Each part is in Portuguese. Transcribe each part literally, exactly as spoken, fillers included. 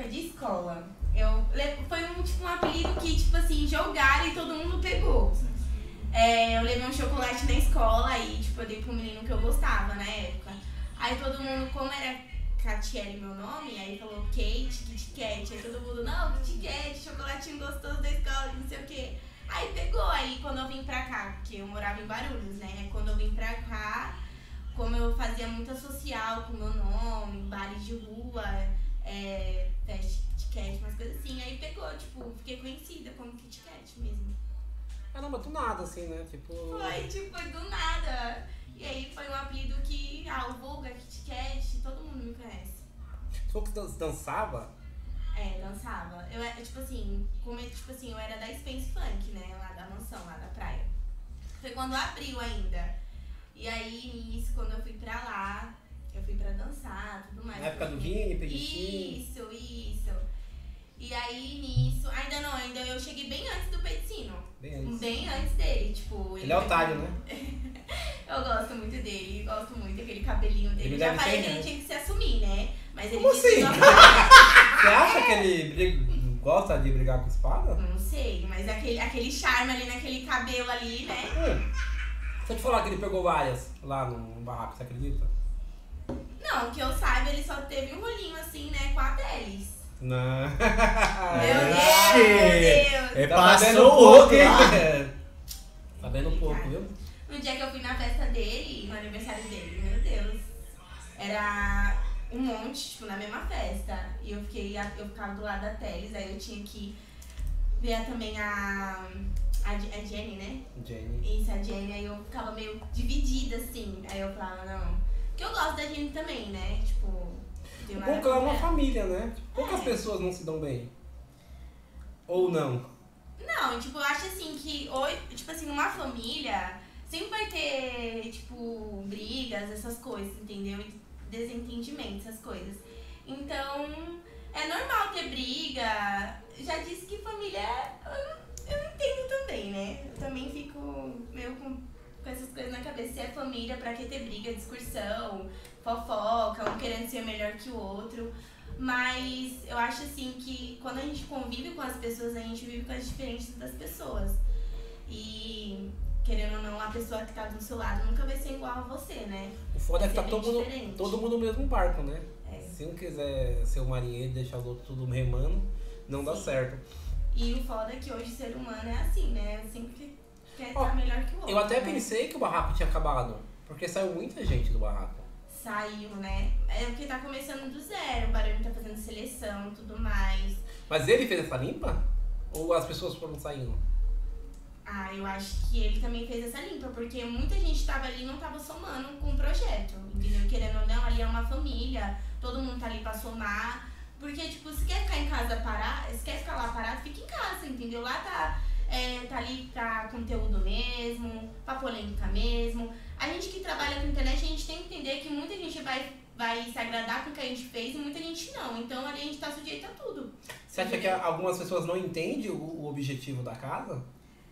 de escola. Eu, foi um, tipo, um apelido que, tipo assim, jogaram e todo mundo pegou. É, eu levei um chocolate na escola e, tipo, eu dei pro menino que eu gostava na época. Aí todo mundo, como era Catiele meu nome, aí falou Kate, Kit Kat. Aí todo mundo, não, Kit Kat, chocolatinho gostoso da escola, não sei o quê. Aí pegou, aí quando eu vim pra cá, porque eu morava em Guarulhos, né? Aí quando eu vim pra cá, como eu fazia muita social com meu nome, baile de rua, é, festa Kit Kat, umas coisas assim, aí pegou, tipo, fiquei conhecida como Kit Kat mesmo. Caramba, do nada, assim, né? Tipo... Foi, tipo, foi do nada. E aí foi um apelido que, ah, o Vulga, Kit Kat, todo mundo me conhece. Você falou que dançava? É, dançava. Eu, tipo assim, como, tipo assim, eu era da Spence Funk, né, lá da mansão, lá da praia. Foi quando abriu ainda. E aí, nisso, quando eu fui pra lá, eu fui pra dançar, tudo mais. Na época do Vini, Pedicino. Isso, isso. E aí, nisso, ainda não, ainda eu cheguei bem antes do Pedicino. Bem antes. Bem antes dele, tipo... Ele, ele é otário, né? Eu gosto muito dele, gosto muito, aquele cabelinho dele. Ele Eu já deve falei ser, que né? ele tinha que se assumir, né? Mas ele Como assim? não... Você acha que ele briga, gosta de brigar com espada? Não sei, mas aquele, aquele charme ali naquele cabelo ali, né? Hum. Se eu te falar que ele pegou várias lá no barraco, você acredita? Não, que eu saiba, ele só teve um rolinho assim, né, com a Teles. Não. Meu Deus, meu Deus. É, Tá passou fazendo um pouco, hein? hein? Tá vendo um pouco, viu? No dia que eu fui na festa dele, no aniversário dele, meu Deus. Era um monte, tipo, na mesma festa. E eu fiquei, eu ficava do lado da Teles, aí eu tinha que ver também a, a, a Jenny, né? Jenny. Isso, a Jenny, aí eu ficava meio dividida, assim. Aí eu falava, não. Porque eu gosto da Jenny também, né? Tipo, O bom é que ela é uma família, né? Poucas é. pessoas não se dão bem. Ou não? Não, tipo, eu acho assim que hoje, tipo assim, numa família sempre vai ter, tipo, brigas, essas coisas, entendeu? Desentendimentos, essas coisas. Então, é normal ter briga. Já disse que família, eu, eu entendo também, né? Eu também fico meio com, com essas coisas na cabeça. Se é família, pra que ter briga, discussão, fofoca, um querendo ser melhor que o outro. Mas eu acho assim que quando a gente convive com as pessoas, a gente vive com as diferenças das pessoas. E querendo ou não, a pessoa que tá do seu lado nunca vai ser igual a você, né? O foda é que tá todo mundo, todo mundo no mesmo barco, né? É. Se um quiser ser o marinheiro e deixar os outros tudo remando, não Sim. dá certo. E o foda é que hoje o ser humano é assim, né? Sempre quer estar melhor que o outro. Eu até né? pensei que o barraco tinha acabado, porque saiu muita gente do barraco. Saiu, né? É porque tá começando do zero, o Barulho tá fazendo seleção e tudo mais. Mas ele fez essa limpa? Ou as pessoas foram saindo? Ah, eu acho que ele também fez essa limpa, porque muita gente tava ali e não tava somando com o projeto, entendeu? Querendo ou não, ali é uma família, todo mundo tá ali pra somar. Porque, tipo, se quer ficar em casa parado, se quer ficar lá parado, fica em casa, entendeu? Lá tá, é, tá ali pra conteúdo mesmo, pra polêmica mesmo. A gente que trabalha com internet, a gente tem que entender que muita gente vai, vai se agradar com o que a gente fez e muita gente não. Então ali a gente tá sujeito a tudo. Você acha que algumas pessoas não entendem o, o objetivo da casa?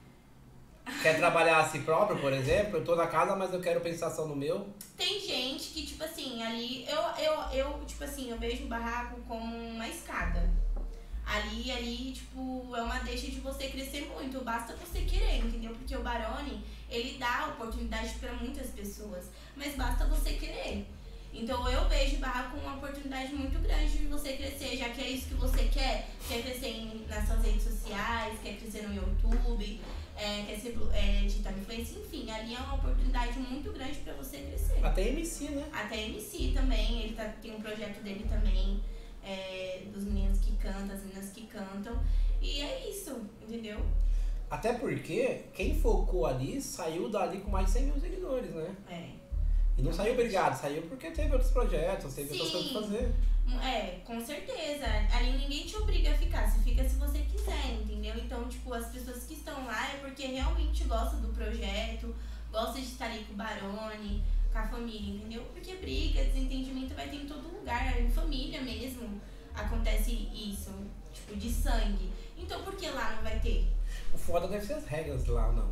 Quer trabalhar a si próprio, por exemplo? Eu tô na casa, mas eu quero pensar só no meu. Tem gente que, tipo assim, ali... Eu, eu, eu tipo assim, eu vejo o barraco como uma escada. Ali, ali, tipo, é uma deixa de você crescer muito. Basta você querer, entendeu? Porque o Barone, ele dá oportunidade pra muitas pessoas. Mas basta você querer. Então eu vejo o barraco como uma oportunidade muito grande de você crescer. Já que é isso que você quer. Quer crescer em, nas suas redes sociais, quer crescer no YouTube... É, quer ser é, digital influencer, enfim, ali é uma oportunidade muito grande pra você crescer. Até M C, né? Até M C também, ele tá, tem um projeto dele também, é, dos meninos que cantam, as meninas que cantam, e é isso, entendeu? Até porque quem focou ali saiu dali com mais de cem mil seguidores, né? É. E não saiu obrigado, saiu porque teve outros projetos, teve Sim. outras coisas pra fazer. É, com certeza. Ali ninguém te obriga a ficar, você fica se você quiser, entendeu? Então, tipo, as pessoas que estão lá é porque realmente gostam do projeto, gostam de estar ali com o Barone, com a família, entendeu? Porque briga, desentendimento vai ter em todo lugar, em família mesmo acontece isso, tipo, de sangue. Então, por que lá não vai ter? O foda deve ser as regras lá, não.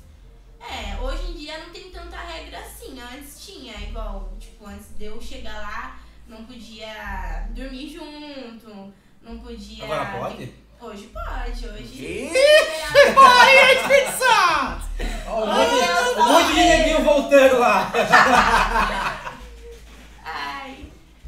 É, hoje em dia não tem tanta regra assim, antes tinha, igual, tipo, antes de eu chegar lá, não podia dormir junto, não podia... Agora pode? Hoje pode, hoje... Bora, Espírito Santo! Ó, um monte, um monte de neguinho voltando lá. Ai...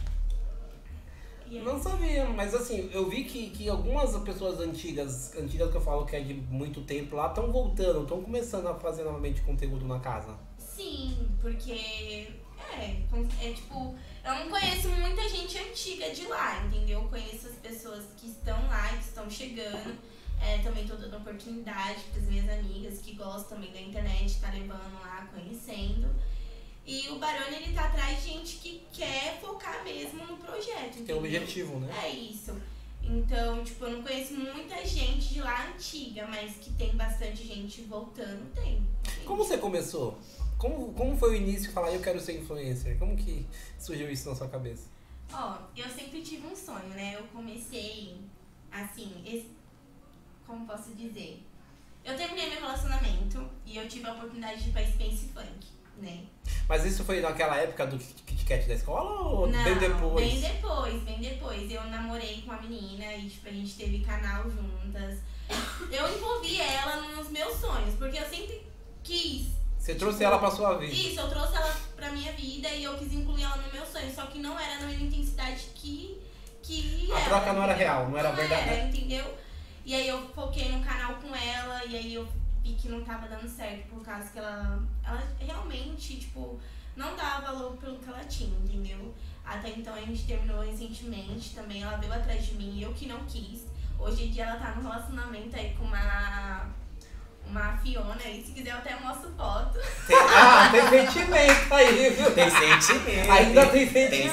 E aí? Não sabia, mas assim, eu vi que, que algumas pessoas antigas, antigas que eu falo que é de muito tempo lá, estão voltando, estão começando a fazer novamente conteúdo na casa. Sim, porque... É, é tipo... Eu não conheço muita gente antiga de lá, entendeu? Eu conheço as pessoas que estão lá e que estão chegando. É, também tô dando oportunidade para as minhas amigas que gostam também da internet, tá levando lá, conhecendo. E o Barone, ele tá atrás de gente que quer focar mesmo no projeto, entendeu? Tem um objetivo, né? É isso. Então, tipo, eu não conheço muita gente de lá antiga, mas que tem bastante gente voltando, tem. tem. Como você começou? Como, como foi o início de falar, eu quero ser influencer? Como que surgiu isso na sua cabeça? Ó, eu sempre tive um sonho, né? Eu comecei, assim, esse, como posso dizer? Eu terminei meu relacionamento e eu tive a oportunidade de ir pra Space Funk, né? Mas isso foi naquela época do Kit Kat da escola ou Não, bem depois? bem depois, bem depois. Eu namorei com uma menina e, tipo, a gente teve canal juntas. Eu envolvi ela nos meus sonhos, porque eu sempre quis. Você trouxe tipo, ela pra sua vida. Isso, eu trouxe ela pra minha vida e eu quis incluir ela no meu sonho, só que não era na mesma intensidade que, que A ela, troca não era entendeu? real, não era verdadeira. Era, entendeu? E aí eu foquei no canal com ela e aí eu vi que não tava dando certo por causa que ela, ela realmente, tipo, não dava valor pelo que ela tinha, entendeu? Até então a gente terminou recentemente também, ela veio atrás de mim, eu que não quis. Hoje em dia ela tá num relacionamento aí com uma... Uma Fiona aí, se quiser eu até mostro foto. Tem, ah, tem sentimento aí, viu? Tem sentimento. Ainda tem sentimento.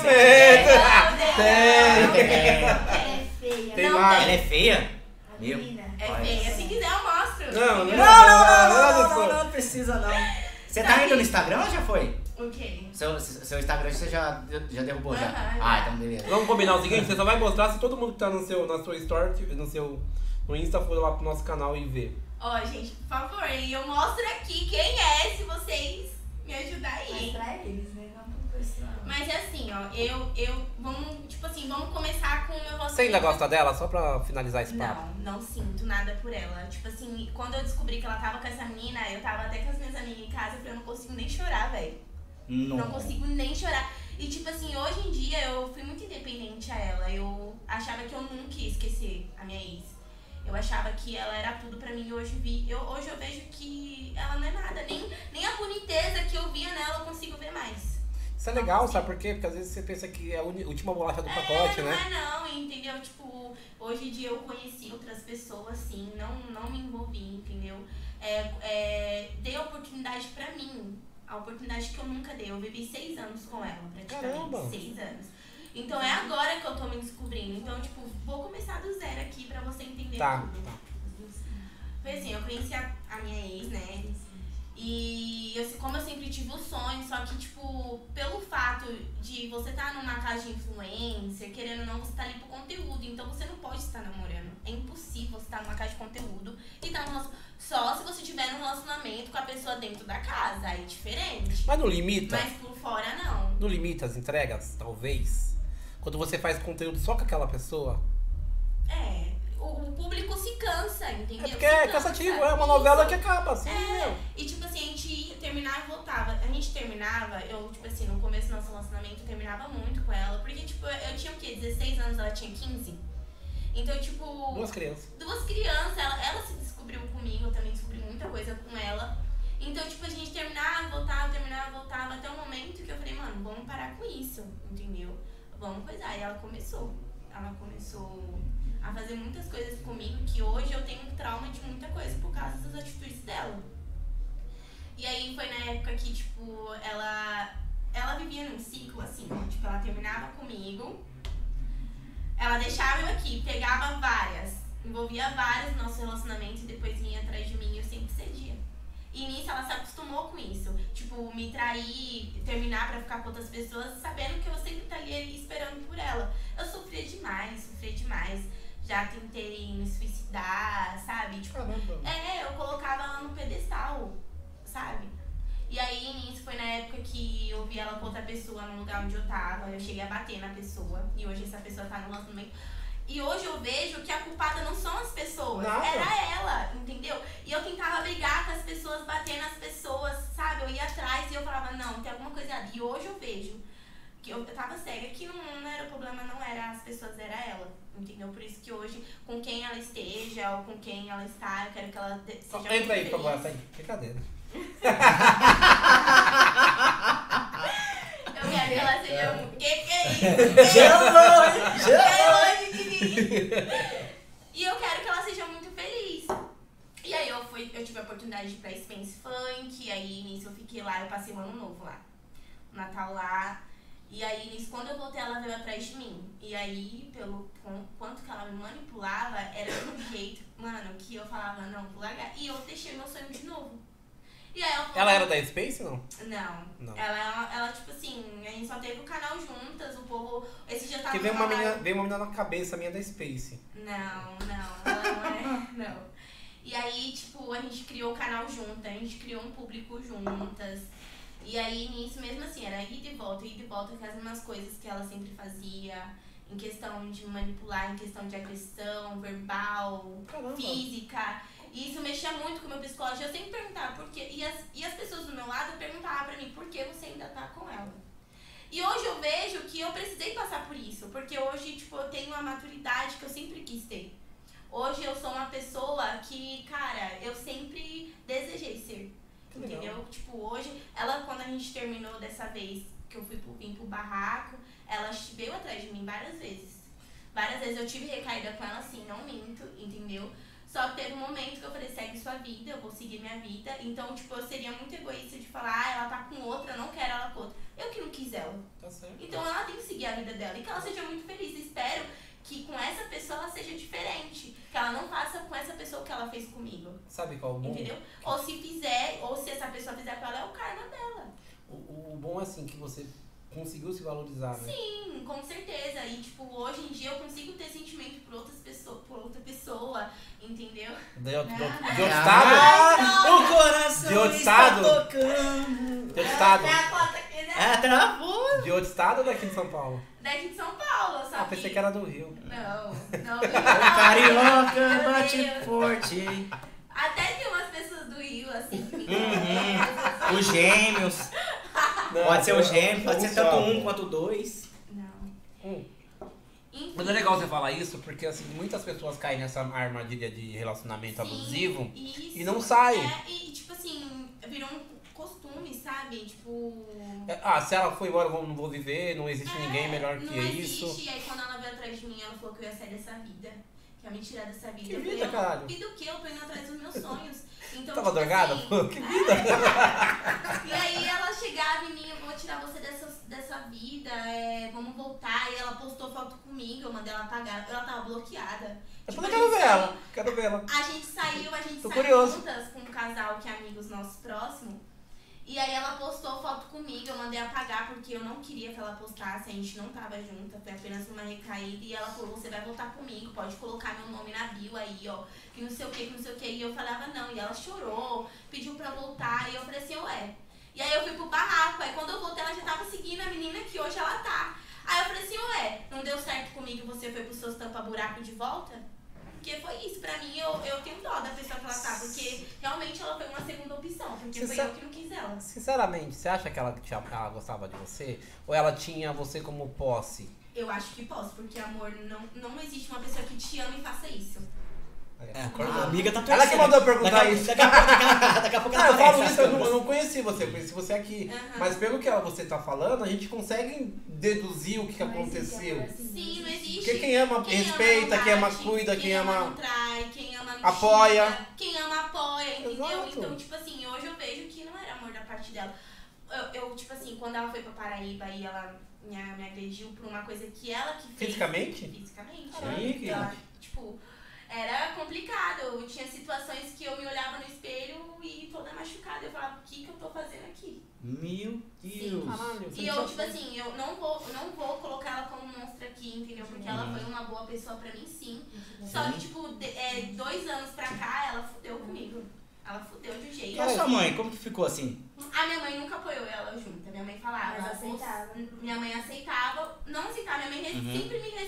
Tem. Tem. Ela é feia. Tem não mais. Ela é feia? A Meu. menina é Olha feia. só. Se quiser eu mostro. Não, entendeu? Não, não, não, Não, não, não, não, não, não, não precisa não. Você tá Sabe- indo no Instagram ou já foi? O quê? Seu, seu Instagram você já, já derrubou já? Aham, Ah, já. então beleza. Vamos combinar o seguinte, você só vai mostrar se todo mundo que tá no seu, na sua story, no seu no Insta for lá pro nosso canal e ver. Ó, gente, por favor, e eu mostro aqui quem é, se vocês me ajudarem aí. Mas pra eles, né? Não pro pessoal. Mas é assim, ó, eu, eu, vamos, tipo assim, vamos começar com o meu relacionamento. Você ainda gosta dela? Só pra finalizar esse papo. Não, não sinto nada por ela. Tipo assim, quando eu descobri que ela tava com essa menina, eu tava até com as minhas amigas em casa, eu falei, eu não consigo nem chorar, velho. Não. Não consigo nem chorar. E tipo assim, hoje em dia eu fui muito independente a ela. Eu achava que eu nunca ia esquecer a minha ex. Eu achava que ela era tudo pra mim e hoje vi. Eu, hoje eu vejo que ela não é nada. Nem, nem a boniteza que eu via nela eu consigo ver mais. Isso é legal, sabe por quê? Porque às vezes você pensa que é a uni- última bolacha do pacote, é, não né? é não, entendeu? Tipo, hoje em dia eu conheci outras pessoas, assim, não, não me envolvi, entendeu? É, é, dei a oportunidade pra mim, a oportunidade que eu nunca dei. Eu vivi seis anos com ela, praticamente. Caramba. Seis anos. Então é agora que eu tô me descobrindo. Então, tipo, vou começar do zero aqui pra você entender Tá, tudo. tá. Foi assim, eu conheci a, a minha ex, né? E eu, como eu sempre tive o sonho, só que, tipo, pelo fato de você estar numa casa de influencer, querendo ou não, você tá ali pro conteúdo. Então você não pode estar namorando. É impossível você estar numa casa de conteúdo e estar num só se você tiver num relacionamento com a pessoa dentro da casa. Aí é diferente. Mas não limita? Mas por fora, não. Não limita as entregas, talvez? Quando você faz conteúdo só com aquela pessoa? É, o, o público se cansa, entendeu? É porque Se é cansa. cansativo, é uma Isso. novela que acaba, assim, É, meu. e tipo assim, a gente ia, terminava e voltava. A gente terminava, eu, tipo assim, no começo do nosso relacionamento, eu terminava muito com ela. Porque, tipo, eu tinha o quê? dezesseis anos, ela tinha quinze. Então, tipo... Duas crianças. Duas crianças, ela, ela se descobriu comigo, eu também descobri muita coisa com ela. Então, tipo, a gente terminava, voltava, terminava, voltava, até o momento que eu falei, mano, vamos parar com isso, entendeu? Vamos coisar. E ela começou. Ela começou a fazer muitas coisas comigo que hoje eu tenho trauma de muita coisa por causa das atitudes dela. E aí foi na época que, tipo, ela, ela vivia num ciclo assim, tipo, ela terminava comigo, ela deixava eu aqui, pegava várias, envolvia várias no nosso relacionamento e depois vinha atrás de mim e eu sempre cedia. E nisso ela se acostumou com isso. Tipo, me trair, terminar pra ficar com outras pessoas, sabendo que eu sempre estaria ali esperando por ela. Eu sofria demais, sofria demais. Já tentei me suicidar, sabe? Tipo, Caramba. é, eu colocava ela no pedestal, sabe? E aí, nisso, foi na época que eu vi ela com outra pessoa no lugar onde eu tava. Eu cheguei a bater na pessoa. E hoje essa pessoa tá no relacionamento. E hoje eu vejo que a culpada não são as pessoas, Nada. era ela, entendeu? E eu tentava brigar com as pessoas, bater nas pessoas, sabe? Eu ia atrás e eu falava, não, tem alguma coisa errada. E hoje eu vejo que eu tava cega, que não, não era o problema, não era as pessoas, era ela, entendeu? Por isso que hoje, com quem ela esteja ou com quem ela está, eu quero que ela de- seja Entra aí, muito por favor, feliz. sai. Brincadeira. Eu quero que ela seja muito... Que que é isso? Gelou, hein? Que Gelou. longe de mim. E eu quero que ela seja muito feliz. E aí eu fui, eu tive a oportunidade de ir pra Spence Funk, aí nisso eu fiquei lá, eu passei o ano novo lá. O Natal lá. E aí nisso, quando eu voltei, ela veio atrás de mim. E aí, pelo com, quanto que ela me manipulava, era de um jeito, mano, que eu falava, não, vou largar. E eu deixei meu sonho de novo. E aí ela falou, Ela era da Space ou não? Não. Não. Ela, ela, tipo assim, a gente só teve o canal juntas, o povo. Esse dia tava Porque veio no uma, canal- menina, veio uma menina na cabeça minha da Space. Não, não, ela não é. Não. E aí, tipo, a gente criou o canal junto, a gente criou um público juntas. E aí, nisso, mesmo assim, era ida e volta, ida e volta com as mesmas coisas que ela sempre fazia. Em questão de manipular, em questão de agressão, verbal, Caramba. física. E isso mexia muito com o meu psicológico. Eu sempre perguntava por quê. E as, e as pessoas do meu lado perguntavam pra mim por que você ainda tá com ela. E hoje eu vejo que eu precisei passar por isso. Porque hoje, tipo, eu tenho uma maturidade que eu sempre quis ter. Hoje eu sou uma pessoa que, cara, eu sempre desejei ser. Que legal. Entendeu? Tipo, hoje, ela, quando a gente terminou dessa vez que eu fui pro, vim pro barraco, ela veio atrás de mim várias vezes. Várias vezes eu tive recaída com ela, assim, não minto, entendeu? Só que teve um momento que eu falei, segue sua vida, eu vou seguir minha vida. Então, tipo, eu seria muito egoísta de falar, ah, ela tá com outra, eu não quero ela com outra. Eu que não quis ela. Tá certo. Então ela tem que seguir a vida dela e que ela seja muito feliz. Espero que com essa pessoa ela seja diferente. Que ela não faça com essa pessoa o que ela fez comigo. Sabe qual é o bom? Entendeu? Ou se fizer, ou se essa pessoa fizer com ela, é o karma dela. O, o bom é assim, que você conseguiu se valorizar, né? Sim, com certeza. E tipo, hoje em dia eu consigo ter sentimento por outras pessoas, por outra pessoa, entendeu? De, outro- de outro- de outro Ah. estado? Ah, o coração De outro está estado? tocando. De outro estado? É a cota aqui, né? É, travou. De outro estado ou daqui de São Paulo? Daqui de São Paulo, só Ah, pensei que era do Rio. Não, não. Carioca Meu bate Deus. forte. Até tem umas pessoas do Rio, assim, que me Uhum. Os gêmeos. Não, Pode ser eu- os gêmeos, pode ser tanto só. um quanto dois. Não. Hum. Enfim. Mas é legal você falar isso, porque assim, muitas pessoas caem nessa armadilha de relacionamento Sim, abusivo isso. e não saem. É, e tipo assim, virou um costume, sabe? Tipo. É, ah, se ela foi embora, eu não vou viver, não existe é, ninguém melhor que não existe. isso. E aí quando ela veio atrás de mim, ela falou que eu ia sair dessa vida. Que ia me tirar dessa vida. Que Eu vida, falei, caralho? Vida o quê? Eu tô indo atrás dos meus sonhos. Então, Tava tipo drogada? assim, Pô, que vida! E aí ela chegava em mim, eu vou tirar você dessa, dessa vida, é, vamos voltar. E ela postou foto comigo, eu mandei ela apagar. Ela tava bloqueada. Eu Tipo, falei, a quero gente ver saiu- ela, quero ver ela. A gente saiu, a gente Tô saiu curioso. juntas com um casal que é amigos nossos próximos. E aí ela postou foto comigo, eu mandei apagar porque eu não queria que ela postasse, a gente não tava junta, foi apenas uma recaída. E ela falou, você vai voltar comigo, pode colocar meu nome na bio aí, ó, que não sei o que, que não sei o que. E eu falava não, e ela chorou, pediu pra voltar, e eu falei assim, ué. E aí eu fui pro barraco, aí quando eu voltei ela já tava seguindo a menina que hoje ela tá. Aí eu falei assim, ué, não deu certo comigo e você foi pros seus tampa-buraco de volta? Porque foi isso, pra mim, eu, eu tenho dó da pessoa que ela tá, porque realmente ela foi uma segunda opção, porque Você foi sabe- eu que não quis ela. Sinceramente, você acha que ela, te, ela gostava de você? Ou ela tinha você como posse? Eu acho que posso, porque amor, não, não existe uma pessoa que te ama e faça isso. É, Acordou. a amiga tá torcendo. Ela que mandou eu perguntar daqui, a- isso. Daqui a pouco, daqui a, daqui a pouco Ah, ela eu falo aparece isso, eu nas não, eu câmeras. não conheci você, conheci você aqui. Aham. Mas pelo que você tá falando, a gente consegue deduzir o que, que Não existe aconteceu. amor assim, Sim, não existe. Porque quem ama Quem respeita, ama, quem ama bate, cuida, quem, quem ama ama. não trai, quem ama não apoia. xinga, quem ama apoia, entendeu? Exato. Então, tipo assim, hoje eu vejo que não era amor da parte dela. Eu, eu, tipo assim, quando ela foi pra Paraíba e ela me, me agrediu por uma coisa que ela que fez. Fisicamente? Fisicamente. Sim, né? Ela, tipo, era complicado. Eu tinha situações que eu me olhava no espelho e toda machucada. Eu falava, o que que eu tô fazendo aqui? Meu Deus. Caralho, você E não eu, tinha- tipo assim, eu não vou, não vou colocar ela como monstro aqui, entendeu? Porque ela Uhum. foi uma boa pessoa pra mim, sim. Só que, tipo, de- é, dois anos pra cá, ela fudeu comigo. Ela fudeu de um jeito. E a sua mãe, como que ficou assim? A minha mãe nunca apoiou ela junta. Minha mãe falava. Mas aceitava. Minha mãe aceitava. Não aceitava, minha mãe res- Uhum. sempre me respeitou.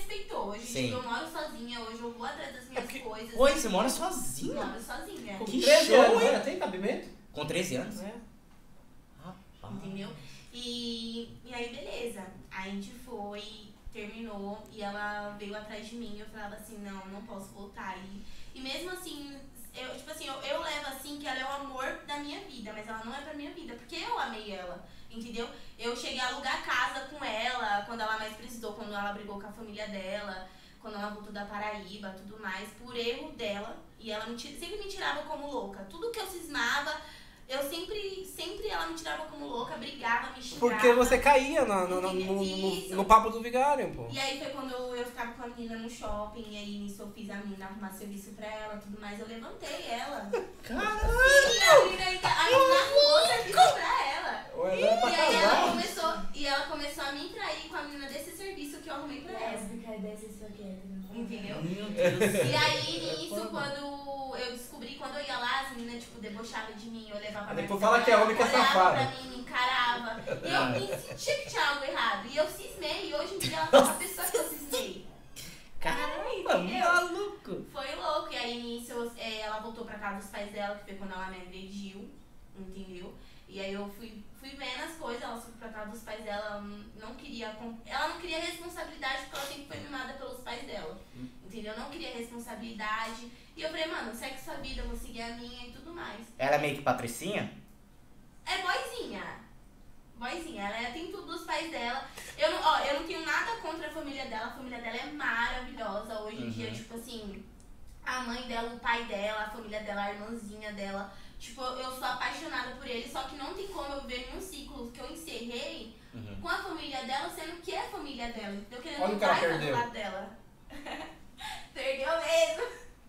hoje. Sim. Tipo, eu moro sozinha hoje, eu vou atrás das minhas porque- coisas. Oi, você mora Eu sozinha? moro sozinha. Com Que treze show, anos, hein? né? Tem cabimento? Com treze anos? É. Rapaz. Entendeu? E, e aí, beleza. Aí a gente foi, terminou, e ela veio atrás de mim. Eu falava assim, não, não posso voltar. E, e mesmo assim, eu, tipo assim, eu, eu levo assim que ela é o amor da minha vida, mas ela não é pra minha vida, porque eu amei ela, entendeu? Eu cheguei a alugar casa com ela quando ela mais precisou, quando ela brigou com a família dela, quando ela voltou da Paraíba, tudo mais, por erro dela. E ela me, ti- sempre me tirava como louca. Tudo que eu cismava, eu sempre, sempre ela me tirava como louca, brigava, me xingava. Porque você caía na, na- na- no, no, Isso. no papo do vigário, pô. E aí foi quando eu ficava com a menina no shopping, e aí nisso eu fiz a menina arrumar serviço pra ela, tudo mais, eu levantei ela. Caralho! E a menina ainda, ainda arrumou serviço pra ela. Ué, era pra E aí ela casar. começou, e ela começou a me trair com a menina desse serviço que eu arrumei pra ela. Lésbica e dessa espaguete. Entendeu? Meu Deus. E aí, nisso, quando eu descobri, quando eu ia lá, as meninas, tipo, debochavam de mim, eu levava Aí pra depois casa fala que é dela, homem que é olhava safado. pra mim, me encarava. E eu me sentia que tinha algo errado. E eu cismei, e hoje em dia ela tá com a pessoa que eu cismei. Caramba, Entendeu? maluco. Foi louco. E aí, nisso, eu- é, ela voltou pra casa dos pais dela, que foi quando ela me agrediu, entendeu? E aí eu fui, fui vendo as coisas, ela foi pra casa dos pais dela, ela não queria, com- ela não queria responsabilidade porque ela sempre foi mimada pelos pais dela, entendeu? Não queria responsabilidade. E eu falei, mano, segue sua vida, eu vou seguir a minha e tudo mais. Ela é meio que patricinha? É boizinha. Boizinha, ela é- tem tudo dos pais dela. Eu não, ó, eu não tenho nada contra a família dela, a família dela é maravilhosa. Hoje em Uhum. dia, tipo assim, a mãe dela, o pai dela, a família dela, a irmãzinha dela. Tipo, eu eu sou apaixonada por eles, só que não tem como eu ver nenhum ciclo que eu encerrei Uhum. com a família dela, sendo que é a família dela. Eu querendo Olha o não que ela vai do perdeu. lado dela. Perdeu mesmo.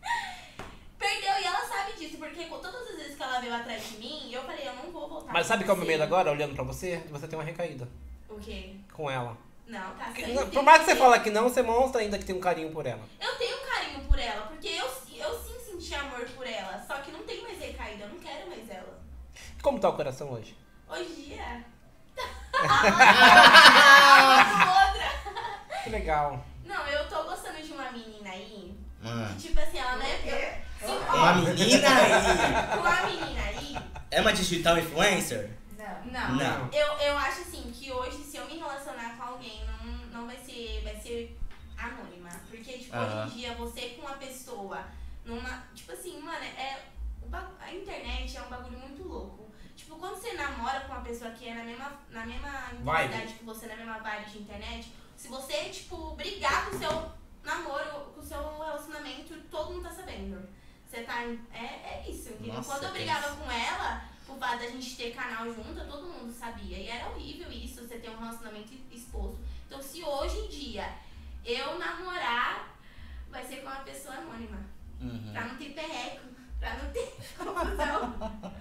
Perdeu e ela sabe disso, porque com todas as vezes que ela veio atrás de mim, eu falei, eu não vou voltar. Mas sabe com qual é o meu você. medo agora, olhando pra você? De você ter uma recaída O quê? com ela. Não, tá Porque, certo. não, por mais que você fala que não, você mostra ainda que tem um carinho por ela. Eu tenho um carinho por ela, porque eu, eu sim senti amor por ela, só que não tem mais recaída, eu não quero mais ela. Como tá o coração hoje? Hoje em dia. Ah! Outra. Que legal. Não, eu tô gostando de uma menina aí, Mano. que tipo assim, ela não é. Sim, Uma ó, menina aí. uma menina aí. É uma digital influencer? Não. Não. Não. Eu, eu acho assim que hoje, se eu me relacionar com alguém, não, não vai ser. Vai ser anônima. Porque, tipo, Aham. hoje em dia, você com uma pessoa numa. Tipo assim, mano, é. o ba- A internet é um bagulho muito louco. Tipo, quando você namora com uma pessoa que é na mesma, na mesma Vibe. intensidade que você, na mesma vibe de internet, se você, tipo, brigar com o seu namoro, com o seu relacionamento, todo mundo tá sabendo. Você tá. em- É, é isso, entendeu? Nossa, Quando eu tem brigava isso. com ela, por fato da gente ter canal junto, todo mundo sabia. E era horrível isso, você ter um relacionamento exposto. Então, se hoje em dia eu namorar, vai ser com uma pessoa anônima. Uhum. Pra não ter perreco, pra não ter confusão.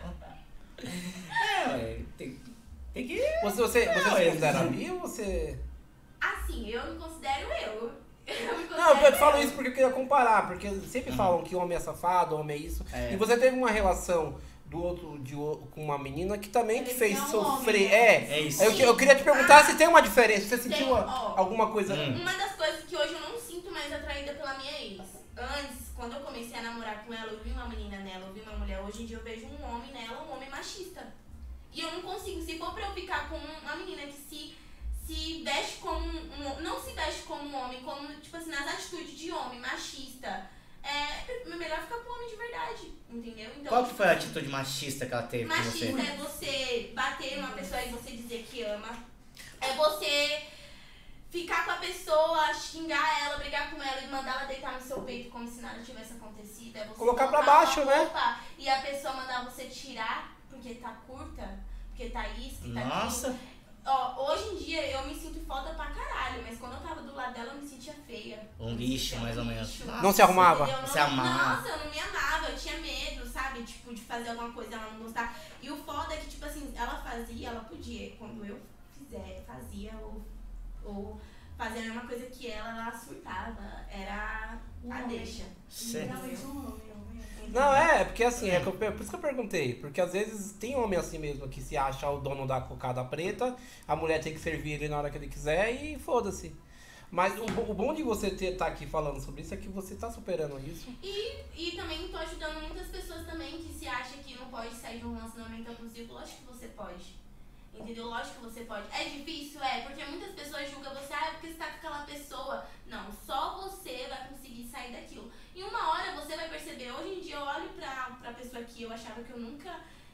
É, ué, tem, tem que... Você, você, você Não, se é- considera bi ou você... Assim, eu me considero eu. Eu me Não, eu considero falo eu. isso porque eu queria comparar, porque sempre Uhum. falam que homem é safado, homem é isso. É. E você teve uma relação do outro, de, o- com uma menina que também te Ele fez é um sofrer. homem, né? É. É isso. Aí Eu, que- eu queria te perguntar Ah, se tem uma diferença, você tem, sentiu a- ó. alguma coisa. Hum. Uma das coisas que hoje eu não sinto mais atraída pela minha ex. Antes, quando eu comecei a namorar com ela, eu vi uma menina nela, eu vi uma mulher. Hoje em dia eu vejo um homem nela, um homem machista. E eu não consigo, se for pra eu ficar com uma menina que se, se veste como um, um- não se veste como um homem, como, tipo assim, nas atitudes de homem, machista, é melhor ficar com um homem de verdade, entendeu? Então, Qual que foi a atitude machista que ela teve com Machista você? é você bater numa pessoa e você dizer que ama. É você ficar com a pessoa, xingar ela, brigar com ela e mandar ela deitar no seu peito como se nada tivesse acontecido. É você Colocar pra colocar baixo, uma né? roupa e a pessoa mandar você tirar porque tá curta, porque tá isso, que tá aquilo. Nossa. Ó, hoje em dia eu me sinto foda pra caralho, mas quando eu tava do lado dela eu me sentia feia. Um Eu me lixo, sentia mais um ou menos. lixo. Nossa. Não se arrumava? Eu não, Se amava. Nossa, eu não me amava, eu tinha medo, sabe? Tipo, de fazer alguma coisa e ela não gostar. E o foda é que, tipo assim, ela fazia, ela podia. Quando eu fizer, fazia ou, ou fazia a mesma coisa que ela, ela surtava. Era Um a homem. deixa. Cê- Realmente um homem, homem. Não, é, porque assim, é que eu- por isso que eu perguntei. Porque às vezes tem homem assim mesmo que se acha o dono da cocada preta, a mulher tem que servir ele na hora que ele quiser e foda-se. Mas o, bo- o bom de você ter, tá aqui falando sobre isso é que você tá superando isso. E, e também tô ajudando muitas pessoas também que se acham que não pode sair de um relacionamento abusivo. Lógico que você pode. Entendeu? Lógico que você pode. É difícil? É, porque muitas pessoas julgam você, ah, porque você tá com aquela pessoa. Não, só você vai conseguir sair daquilo. E uma hora você vai perceber, hoje em dia eu olho pra, pra pessoa que eu achava que eu nunca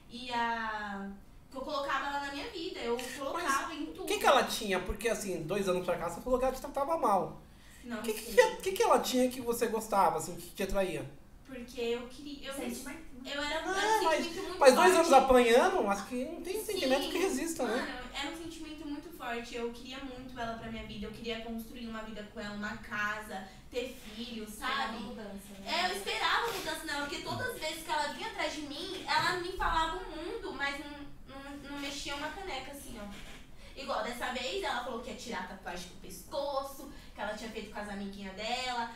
ia... que eu colocava ela na minha vida, eu colocava em tudo. O que, que ela tinha? Porque assim, dois anos pra cá você falou que ela te tratava mal. Não O que, sei. que, que, que ela tinha que você gostava, assim, que te atraía? Porque eu queria... Eu, Sentimento. eu era, era Ah, um mas, sentimento muito mas dois forte. anos apanhando, acho que não tem Sim, sentimento que resista, né? Mano, era um sentimento muito forte. Eu queria muito ela pra minha vida. Eu queria construir uma vida com ela, uma casa, ter filhos, sabe? Mudança, né? É, eu esperava mudança nela, porque todas as vezes que ela vinha atrás de mim, ela me falava o mundo, mas não, não, não mexia uma caneca assim, ó. Igual dessa vez, ela falou que ia tirar a tatuagem do pescoço, que ela tinha feito com as amiguinhas dela,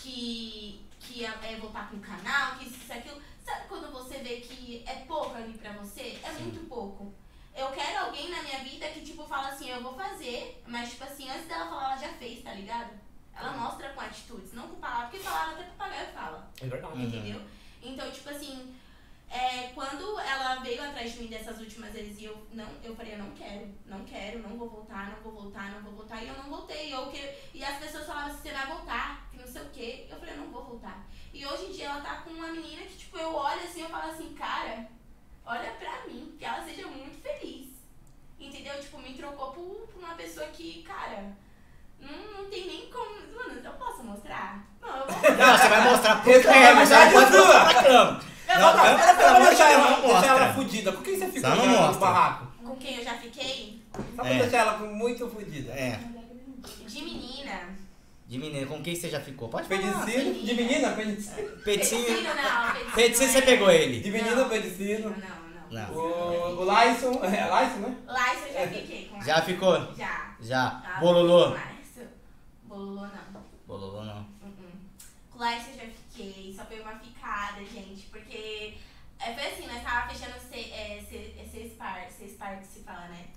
que, que ia é, voltar com o canal, que isso, isso, aquilo. Sabe quando você vê que é pouco ali pra você? É muito pouco. Eu quero alguém na minha vida que, tipo, fala assim, eu vou fazer, mas, tipo assim, antes dela falar, ela já fez, tá ligado? Ela mostra com atitudes, não com palavras, porque palavra até papagaio fala. É verdade. Uhum. Entendeu? Então, tipo assim, é, quando ela veio atrás de mim dessas últimas vezes e eu não, eu falei, eu não quero, não quero, não vou voltar, não vou voltar, não vou voltar, e eu não voltei. Eu, que, e as pessoas falavam assim, você vai voltar, que não sei o quê. Eu falei, eu não vou voltar. E hoje em dia ela tá com uma menina que, tipo, eu olho assim, eu falo assim, cara, olha pra mim, que ela seja muito feliz. Entendeu? Tipo, me trocou por, por uma pessoa que, cara, não, não tem nem como. Mano, eu posso mostrar? Não, eu vou. Não, você vai mostrar pro Essa é câmera, mas a ela pode verdade mostrar pra câmera. Eu Não, vou câmera, mostrar. pelo amor de deixar Deus, ela, não deixar ela mostra. fudida. Por que você ficou Só não com ela no mostra. barraco? Com quem eu já fiquei? Só pra É. deixar ela muito fudida. É, De menina. de menina, com quem você já ficou? Pode falar. Pedicino? De menina? Pedicino? Petinho. Pedicino não. Pedicino Petinho você é- pegou ele. De menina, pedicino. Não, não. Não. O, o Lyson, é Lyson, né? Lá isso eu já fiquei com Já ela. ficou? Já. Já. Tá, Bololô? com Laís. Bololô não. Bololô não. Uh-uh. Com Laís eu já fiquei. Só foi uma ficada, gente. Porque é, foi assim, nós tava fechando C- é, C- é seis par, seis par que se fala, né?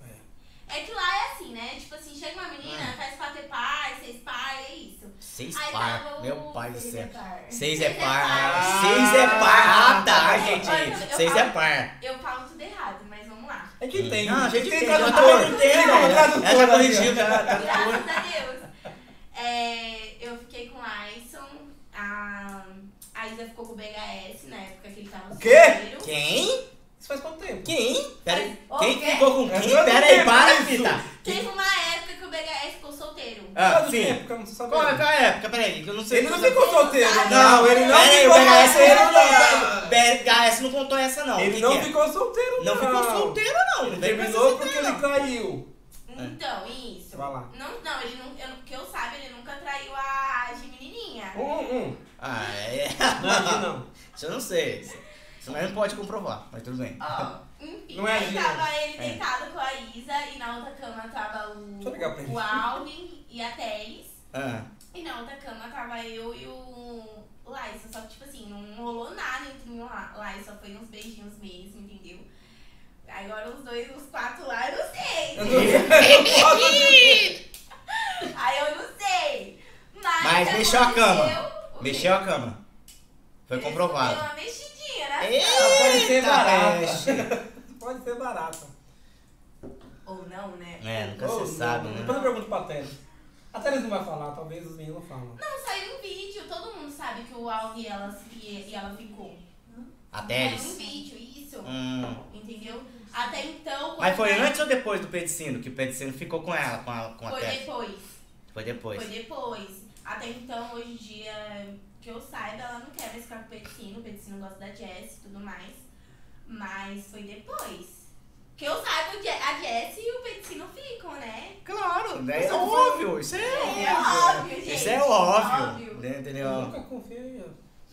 É que lá é assim, né? Tipo assim, chega uma menina, Ah. faz quatro par, seis par, é isso. Seis Aí par. tava o- Meu pai do seis céu. é par. Seis é Seis é par. par. Seis é par. Ah, tá, gente. Olha, eu Seis é falo- par. Eu falo tudo errado, mas vamos lá. A gente entende. Não, a gente tem entende. Eu tradutor. tô Tem como entendendo. tradutor Ela já aqui, corrigiu, ó. já. Tradutor. Graças a Deus. É, eu fiquei com o Lyson, a, a Isa ficou com o B H S na época que ele tava O quê? solteiro. Quem? Isso faz quanto tempo? Quem? Pera aí. Ô, Quem quê? ficou com É quem? quanto Pera aí, tempo para, isso? fita. Teve uma época que o B H S ficou solteiro. Ah, Quanto sim. tempo que eu não tô sabendo? Qual é qual é a época? Pera aí, que eu não sei. Ele não ficou solteiro. Não, ele não pera aí, ficou o B H S solteiro, não, não. o B H S não contou essa não. O Ele que não que é? ficou solteiro, não. Não ficou solteiro não. Ele Não vem com terminou essa porque ideia, ele não. traiu. Então, isso. Vai lá. Não, não, ele não, eu, que eu saiba, ele nunca traiu a de menininha. Um, um. Ah, é. Não é aqui, não. Isso eu não sei. Isso nós não pode comprovar, mas tudo bem. Ó, enfim, Não é aí a tava ele É. deitado com a Isa e na outra cama tava o, Deixa eu ligar pra ele. o Alvin e a Teles. Ah, E na outra cama tava eu e o Laís. Só que, tipo assim, não rolou nada entre mim e o Laís, só foi uns beijinhos mesmo, entendeu? Agora os dois, os quatro lá, eu não sei. Eu não, eu não posso dizer. Aí eu não sei. Mas, Mas mexeu a cama. aconteceu o quê? mexeu a cama. Foi Ele comprovado. Deu uma mexidinha, né? Pode ser Eita, barata. peste. Pode ser barata. Ou não, né? É, nunca Ô, se sabe, não. né? Depois eu pergunto pra Teles. A Teles não vai falar, talvez os meninos falam. Não, saiu um vídeo. Todo mundo sabe que o Alvin e ela, e, e ela ficou. A Saiu um Teles. vídeo, isso. Hum. Entendeu? Até então... Mas foi quando- antes ou depois do Pedicino? Que o Pedicino ficou com ela, com a, com a Foi Teles? depois. Foi depois. Foi depois. Até então, hoje em dia, que eu saiba, ela não quer mais ficar com o Pedicino. O Pedicino gosta da Jess e tudo mais. Mas foi depois. Que eu saiba, o Je- a Jess e o Pedicino ficam, né? Claro, daí é Você não óbvio. Isso é É óbvio. óbvio, gente. Isso é óbvio. Óbvio. né, Eu Entendeu? nunca confiei.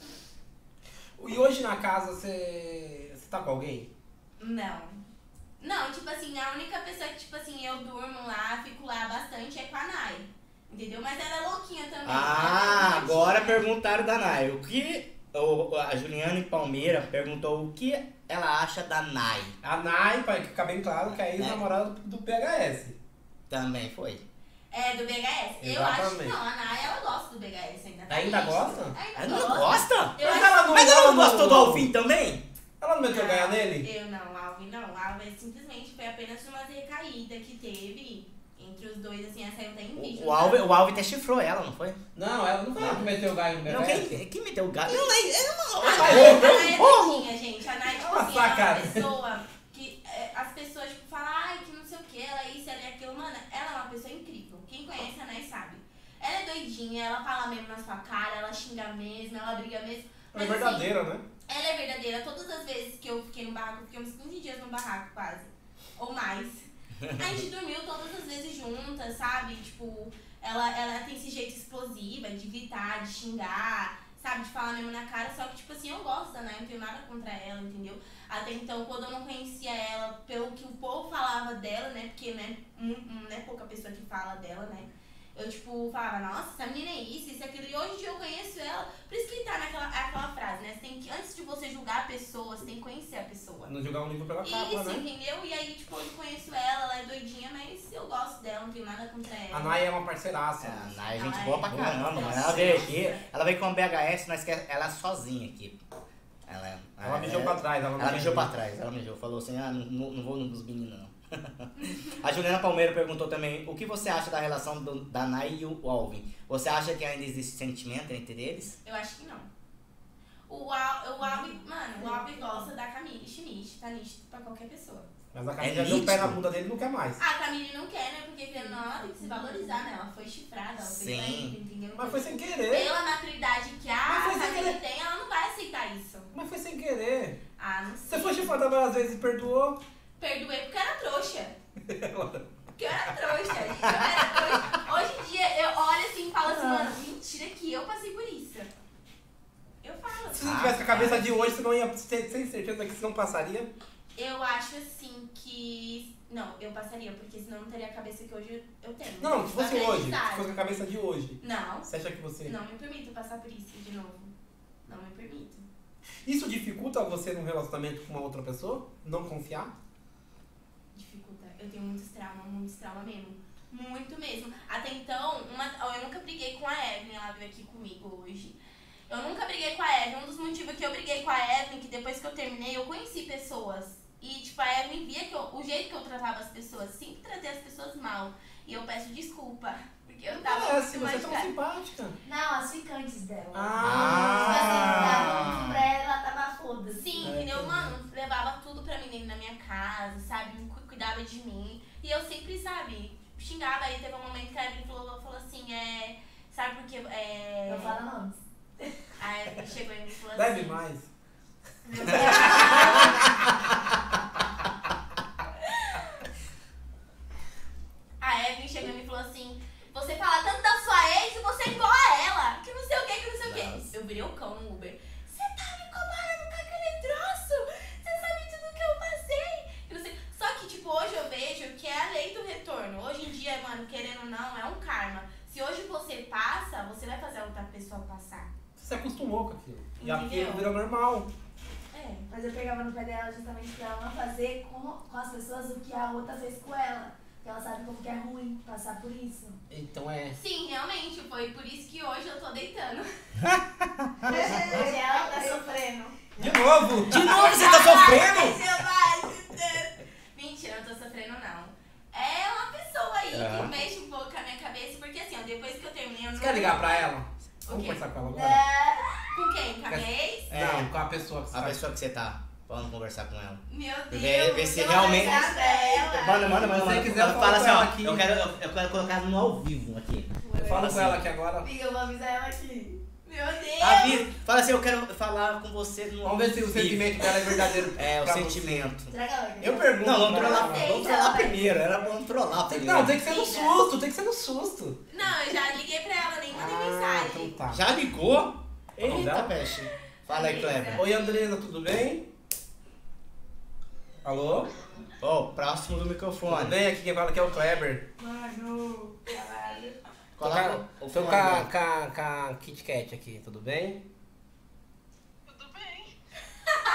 E hoje na casa você. Você tá com alguém? Não. Não, tipo assim, a única pessoa que, tipo assim, eu durmo lá, fico lá bastante é com a Nai. Entendeu? Mas ela é louquinha também. Ah, ela é agora doidinha. perguntaram da Nai. O que. o- A Juliana em Palmeira perguntou o que ela acha da Nai. A Nai, pra ficar bem claro, que é a ex-namorada do P H S. Também foi. É É, do B H S. Eu acho que Exatamente. não, a Nay, ela gosta do B H S ainda. Tá Ainda nítido. gosta? Ainda Ela não gosta. gosta? Eu Mas acho ela não, Mas ela não não- gostou do Alvin também? Ela não meteu ganhar nele? Eu não, Alvin não. Alvin simplesmente foi apenas uma recaída que teve entre os dois, assim, essa eu tenho em vídeo. O, o, Alvin, o Alvin até chifrou ela, não foi? Não, ela não foi ela que meteu o ganho no Não, B H S. quem, quem meteu o gato? Não, nem. A Nay é doidinha, gente. A Nay, tipo Uma assim, ela é sacada. uma pessoa que é, as pessoas, tipo, falam, ai, que não sei o que, ela é isso, ela é aquilo. Mano, ela é uma pessoa incrível. Quem conhece a Nay sabe. Ela é doidinha, ela fala mesmo na sua cara, ela xinga mesmo, ela briga mesmo. Ela é Mas, assim, verdadeira, né? ela é verdadeira. Todas as vezes que eu fiquei no barraco, eu fiquei uns quinze dias no barraco, quase. Ou mais. A gente dormiu todas as vezes juntas, sabe? Tipo, ela, ela tem esse jeito explosivo de gritar, de xingar, sabe? De falar mesmo na cara. Só que, tipo assim, eu gosto da Nay, não tenho nada contra ela, entendeu? Até então, quando eu não conhecia ela, pelo que o povo falava dela, né? Porque né, não é pouca pessoa que fala dela, né? Eu, tipo, falava, nossa, essa menina é isso, isso, aquilo. E hoje em dia eu conheço ela. Por isso que tá naquela aquela frase, né? Você tem que, antes de você julgar a pessoa, você tem que conhecer a pessoa. Não jogar um livro pela capa, Isso, né? entendeu? E aí, tipo, hoje eu conheço ela, ela é doidinha, mas eu gosto dela, não tenho nada contra ela. A Nay é uma parceiraça. É, a Nay é gente Ai, boa pra boa. caramba, mano. Nossa. Ela veio aqui, ela veio com a B H S, nós quer, ela é sozinha aqui. Ela, é- Ela mijou é- pra trás. Ela, Ela não mijou viu. pra trás, ela mijou, falou assim, ah, não, não vou nos meninos não. A Juliana Palmeiro perguntou também, o que você acha da relação do, da Nay e o Alvin? Você acha que ainda existe sentimento entre eles? Eu acho que não. O, Al, o Albi, mano, o Albi gosta da Camille Schmidt, tá nítido pra qualquer pessoa. Mas a É Camila deu o pé na nítido. bunda dele e não quer mais. Ah, a Camille não quer, né? Porque querendo ou não, ela tem que se valorizar, né? Ela foi chifrada, ela foi Sim. traída, entendeu? Mas foi sem querer. Pela maturidade que Mas a foi sem Camille querer. tem, ela não vai aceitar isso. Mas foi sem querer. Ah, não sei. Você foi chifrada várias vezes e perdoou. Perdoei porque eu era trouxa. Porque eu era trouxa, gente. Eu era trouxa. Hoje em dia eu olho assim e falo assim, mano, mentira que eu passei por isso. Eu falo. Se você tivesse com a cabeça de hoje, você não ia ter sem certeza que você não passaria. Eu acho assim que. Não, eu passaria, porque senão não teria a cabeça que hoje eu tenho. Não, se fosse hoje, se Acreditar. fosse com a cabeça de hoje, Não, você acha que você... não me permito passar por isso de novo. Não me permito. Isso dificulta você num relacionamento com uma outra pessoa? Não confiar? Dificulta. Eu tenho muitos traumas, muitos traumas mesmo. Muito mesmo. Até então, uma, ó, eu nunca briguei com a Evelyn, ela veio aqui comigo hoje. Eu nunca briguei com a Evelyn. Um dos motivos que eu briguei com a Evelyn, que depois que eu terminei, eu conheci pessoas. E, tipo, a Evelyn via que eu, o jeito que eu tratava as pessoas, sempre tratei as pessoas mal. E eu peço desculpa, porque eu tava Parece, muito você é tão machucada. simpática. Não, as ficantes dela. Ah. Tipo assim, dava um pra ela, ela tava foda-se. Sim, É, entendeu? entendi. Mano, levava tudo pra mim dentro da minha casa, sabe? Cu- Cuidava de mim. E eu sempre, sabe, xingava. Aí teve um momento que a Evelyn falou, falou assim, é... Sabe por que... É... Não fala nomes. A Evelyn chegou em mim e falou Deve assim... mais. Meu A Evelyn chegou em mim e falou assim, você fala tanto da sua ex e você é igual a ela. Que não sei o que, que não sei o Nossa. que. Eu virei o cão no Uber. Você tá me comparando com aquele troço? Você sabe tudo que eu passei? E não sei. Só que, tipo, hoje eu vejo que é a lei do retorno. Hoje em dia, mano, querendo ou não, é um karma. Se hoje você passa, você vai fazer a outra pessoa passar. Você se acostumou com aquilo. E Entendeu? aquilo virou normal. É. Mas eu pegava no pé dela justamente pra ela não fazer com, com as pessoas o que a outra fez com ela. Porque ela sabe como que é ruim passar por isso. Então é... Sim, realmente, foi por isso que hoje eu tô deitando. Hoje ela tá sofrendo. De novo! De novo você tá sofrendo? Deixa mais. Mentira, eu não tô sofrendo, não. É uma pessoa aí Aham. que mexe um pouco com a minha cabeça, porque assim, ó, depois que eu terminei, eu não... Você quer ligar pra ela? O Vamos quê? conversar com ela agora? É, Com quem? Com a minha ex? É. Não, com a pessoa que você A tá. pessoa que você tá, vamos conversar com ela. Meu Deus. Vê- vê se eu vou realmente- ligar pra ela. Manda, manda, manda. Se você manda. quiser, Ela eu fala falo assim, com ela ó, aqui. eu quero, eu, eu quero colocar no ao vivo aqui. Eu falo Assim. com ela aqui agora. amiga, eu vou avisar ela aqui. Meu Deus. Avisa, fala assim, eu quero falar com você no Vamos ver se o vivo. sentimento dela é verdadeiro. É, o pra você. sentimento. Traga ela aqui. Eu pergunto. Não, vamos pra trollar, ela. sei, vamos já trollar vai. primeiro. Era bom trollar Tem- primeiro. Não, tem que ser no Sim, susto, tem que ser no susto. Não, eu já liguei pra ela, nem mandei Ah, mensagem. então tá. Já ligou? nome Eita, dela? peste. Fala aí, Kleber. Oi, Andresa, tudo bem? Alô? Ó, próximo do Tudo microfone. bem? Aqui quem fala aqui é o Kleber. Mano, caralho. Coloca Tô o com, fone com, a- agora. com, a- com a Kit Kat aqui, tudo bem? Tudo bem?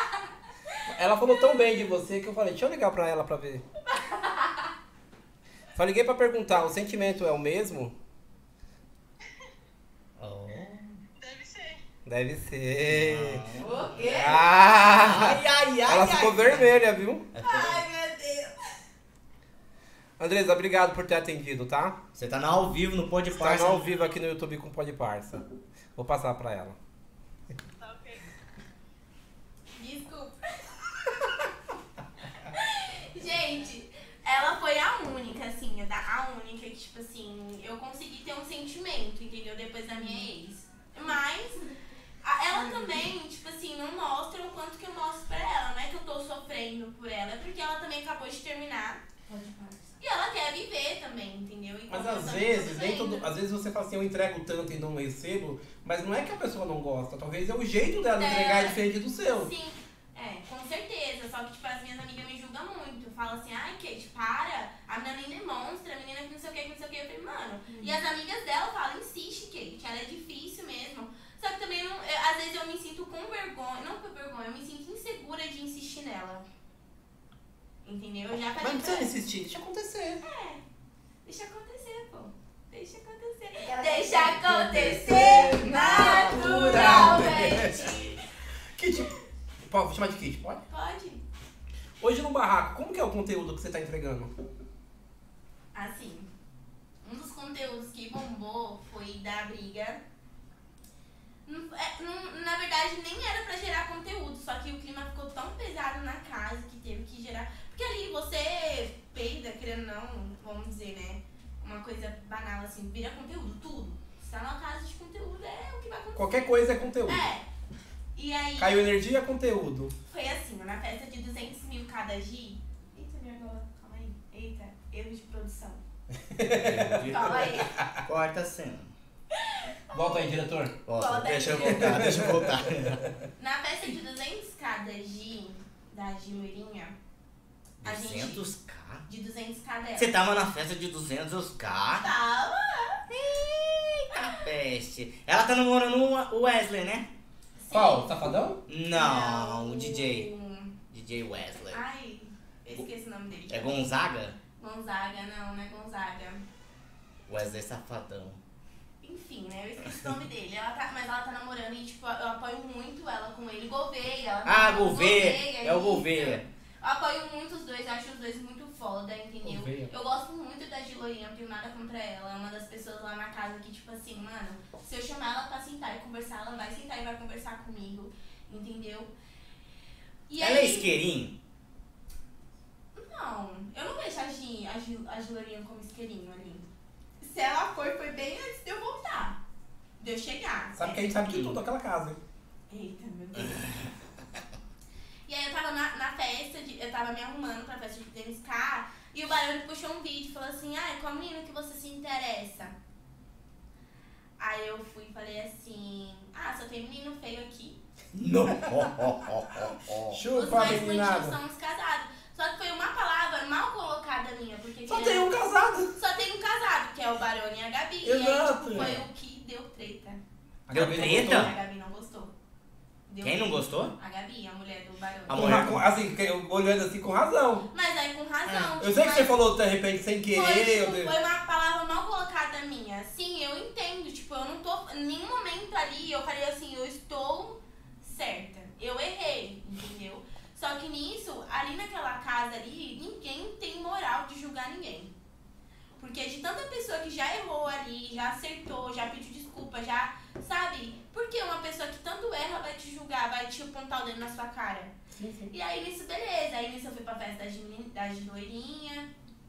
Ela falou tão bem de você que eu falei, deixa eu ligar pra ela pra ver. Só liguei pra perguntar, o sentimento é o mesmo? Oh. Deve ser. Deve ser. O quê? Ah! Ai, ai, ai, Ela ai. ficou vermelha, viu? Ai, meu Deus. Andresa, obrigado por ter atendido, tá? Você tá no ao vivo no Pode Tá Parça. no ao vivo aqui no YouTube com o Pode Parça. Vou passar pra ela. Tá ok. Desculpa. Gente, ela foi a única, assim, a da- a única que, tipo assim, eu consegui ter um sentimento, entendeu? Depois da minha ex. Mas a- ela também, tipo assim, não mostra o quanto que eu mostro pra ela. Não é que eu tô sofrendo por ela, é porque ela também acabou de terminar. Pode parar. E ela quer viver também, entendeu? E Mas como eu às também vezes, tô nem vivendo. todo, às vezes você fala assim, eu entrego tanto e não recebo, mas não é que a pessoa não gosta, talvez é o jeito dela É. entregar é diferente do seu. Sim, é, com certeza. Só que, tipo, as minhas amigas me julgam muito. Falam assim, ai, Kate, para. A menina nem demonstra, a menina que não sei o que, que não sei o que. Eu falei, mano. E as amigas dela falam, insiste, Kate. Ela é difícil mesmo. Só que também, eu não, eu- às vezes eu me sinto com vergonha. Não com vergonha, eu me sinto insegura de insistir nela. Entendeu? Eu já Mas falei não pra precisa insistir, deixa acontecer. É, deixa acontecer, pô. Deixa acontecer. Ela Deixa quer- acontecer naturalmente. Kit, pode vou chamar de Kit, pode? Pode? Hoje no barraco, como que é o conteúdo que você tá entregando? Assim, um dos conteúdos que bombou foi da briga. Não- é, não- na verdade, nem era pra gerar conteúdo, só que o clima ficou tão pesado na casa que teve que gerar. Porque ali você peida, querendo ou não, vamos dizer, né? Uma coisa banal assim, vira conteúdo, tudo. Se tá numa casa de conteúdo, é o que vai acontecer. Qualquer coisa é conteúdo. É. E aí, Caiu energia, é conteúdo. foi assim, na festa de duzentos mil cada G. Eita, minha gola, calma aí. Eita, erro de produção. Calma aí. Corta a cena. Volta aí, diretor. Volta, Volta deixa eu aí. voltar, deixa eu voltar. Na festa de duzentos cada G, da G Loirinha, a gente... duzentos k? De duzentos k dela. Você tava na festa de duzentos k? Tava. Eita peste. Ela tá namorando o Wesley, né? Sim. Qual? Safadão? Não, o D J. o- D J Wesley. Ai, eu esqueci o nome dele. É Gonzaga? Gonzaga, não, não é Gonzaga. Wesley Safadão. Enfim, né? Eu esqueci o nome dele. Ela tá, mas ela tá namorando e, tipo, eu apoio muito ela com ele. Gouveia. Ela tá Ah, Gouveia. É o isso. Gouveia. Eu apoio muito os dois, acho os dois muito foda, entendeu? Gouveia. Eu gosto muito da Gilorinha, não tenho nada contra ela. É uma das pessoas lá na casa que, tipo assim, mano, se eu chamar ela pra sentar e conversar, ela vai sentar e vai conversar comigo, entendeu? E Ela é aí- isqueirinho? Não, eu não vejo a, Gi, a, Gi, a Gilorinha como isqueirinho ali. Se ela foi, foi bem antes de eu voltar. De eu chegar. Sabe que a gente sabe de tudo aquela casa, hein? Eita, meu Deus. E aí eu tava na, na festa, de, eu tava me arrumando pra festa de Denis K, e o Barulho puxou um vídeo e falou assim, ah, qual menina que você se interessa? Aí eu fui e falei assim, ah, só tem menino feio aqui. Não. Os Chupa, mais bonitinhos meninada. são os casados. Só que foi uma palavra mal colocada minha, porque... Só quem tem era- um casado. Só tem um casado, que é o Barone e a Gabi. E Exato. aí, tipo, foi o que deu treta. A Deu Gabi não treta? E gostou. a Gabi não gostou. Deu Quem não treta. gostou? A Gabi, a mulher do Barone. A Com mulher ra- com- assim, que eu- olhando assim com razão. Mas aí com razão. Eu sei que mas você falou de repente sem Foi, querer. eu tipo, de- foi uma palavra mal colocada minha. Sim, eu entendo. Tipo, eu não tô. Em nenhum momento ali eu falei assim, eu estou certa. Eu errei, entendeu? Só que nisso, ali naquela casa ali, ninguém tem moral de julgar ninguém. Porque de tanta pessoa que já errou ali, já acertou, já pediu desculpa, já. Sabe? Por que uma pessoa que tanto erra vai te julgar, vai te apontar o dedo na sua cara? Sim, sim. E aí nisso, beleza. Aí nisso eu fui pra festa da Gimini- da Giloirinha.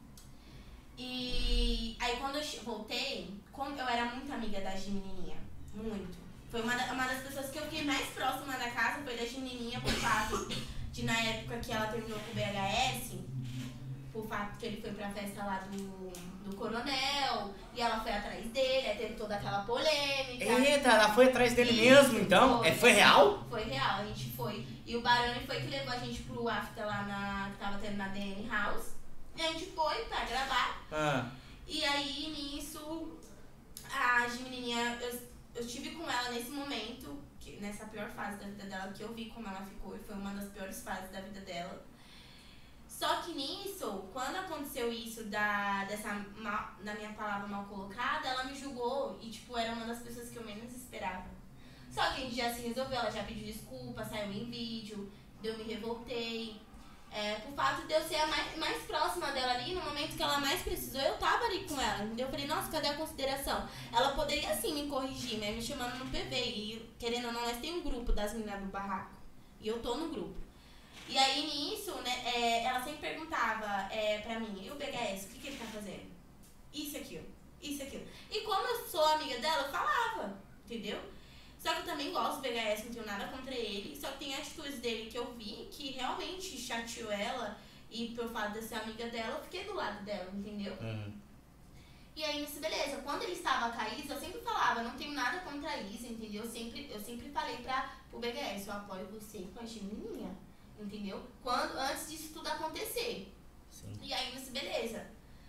E aí quando eu che- voltei, como eu era muito amiga da Gimenininha. Muito. Foi uma, da- uma das pessoas que eu fiquei mais próxima da casa, foi da Gimenininha, por fato de na época que ela terminou com o B H S, por fato que ele foi pra festa lá do, do Coronel, e ela foi atrás dele, aí teve toda aquela polêmica. Eita, ela foi atrás dele Isso, mesmo, então? foi. É, foi real? Foi real, a gente foi. E o Barone foi que levou a gente pro after lá na, que tava tendo na D N House. E a gente foi pra gravar. Ah. E aí, nisso, a menininha, eu, eu estive com ela nesse momento, que, nessa pior fase da vida dela, que eu vi como ela ficou, e foi uma das piores fases da vida dela. Só que nisso, quando aconteceu isso da, dessa mal, da minha palavra mal colocada, ela me julgou e, tipo, era uma das pessoas que eu menos esperava. Só que a gente já se resolveu, ela já pediu desculpa, saiu em vídeo, eu me revoltei. É, por fato de eu ser a mais, mais próxima dela ali, no momento que ela mais precisou, eu tava ali com ela, entendeu? Eu falei, nossa, cadê a consideração? Ela poderia sim me corrigir, mas me chamando no P V. E querendo ou não, nós temos um grupo das meninas do barraco. E eu tô no grupo. E aí nisso, né, é, ela sempre perguntava é, pra mim, e o B H S, o que, que ele tá fazendo? Isso, aquilo, isso, aquilo. E como eu sou amiga dela, eu falava, entendeu? Só que eu também gosto do B H S, não tenho nada contra ele. Só que tem atitudes dele que eu vi que realmente chateou ela. E por fato de ser amiga dela, eu fiquei do lado dela, entendeu? Uhum. E aí, nisso, beleza. Quando ele estava com a Isa, eu sempre falava, não tenho nada contra a Isa, entendeu? Eu sempre, eu sempre falei pra, pro B H S, eu apoio você com a Gemininha, entendeu? Quando, antes disso tudo acontecer. Sim. E aí, nisso, beleza.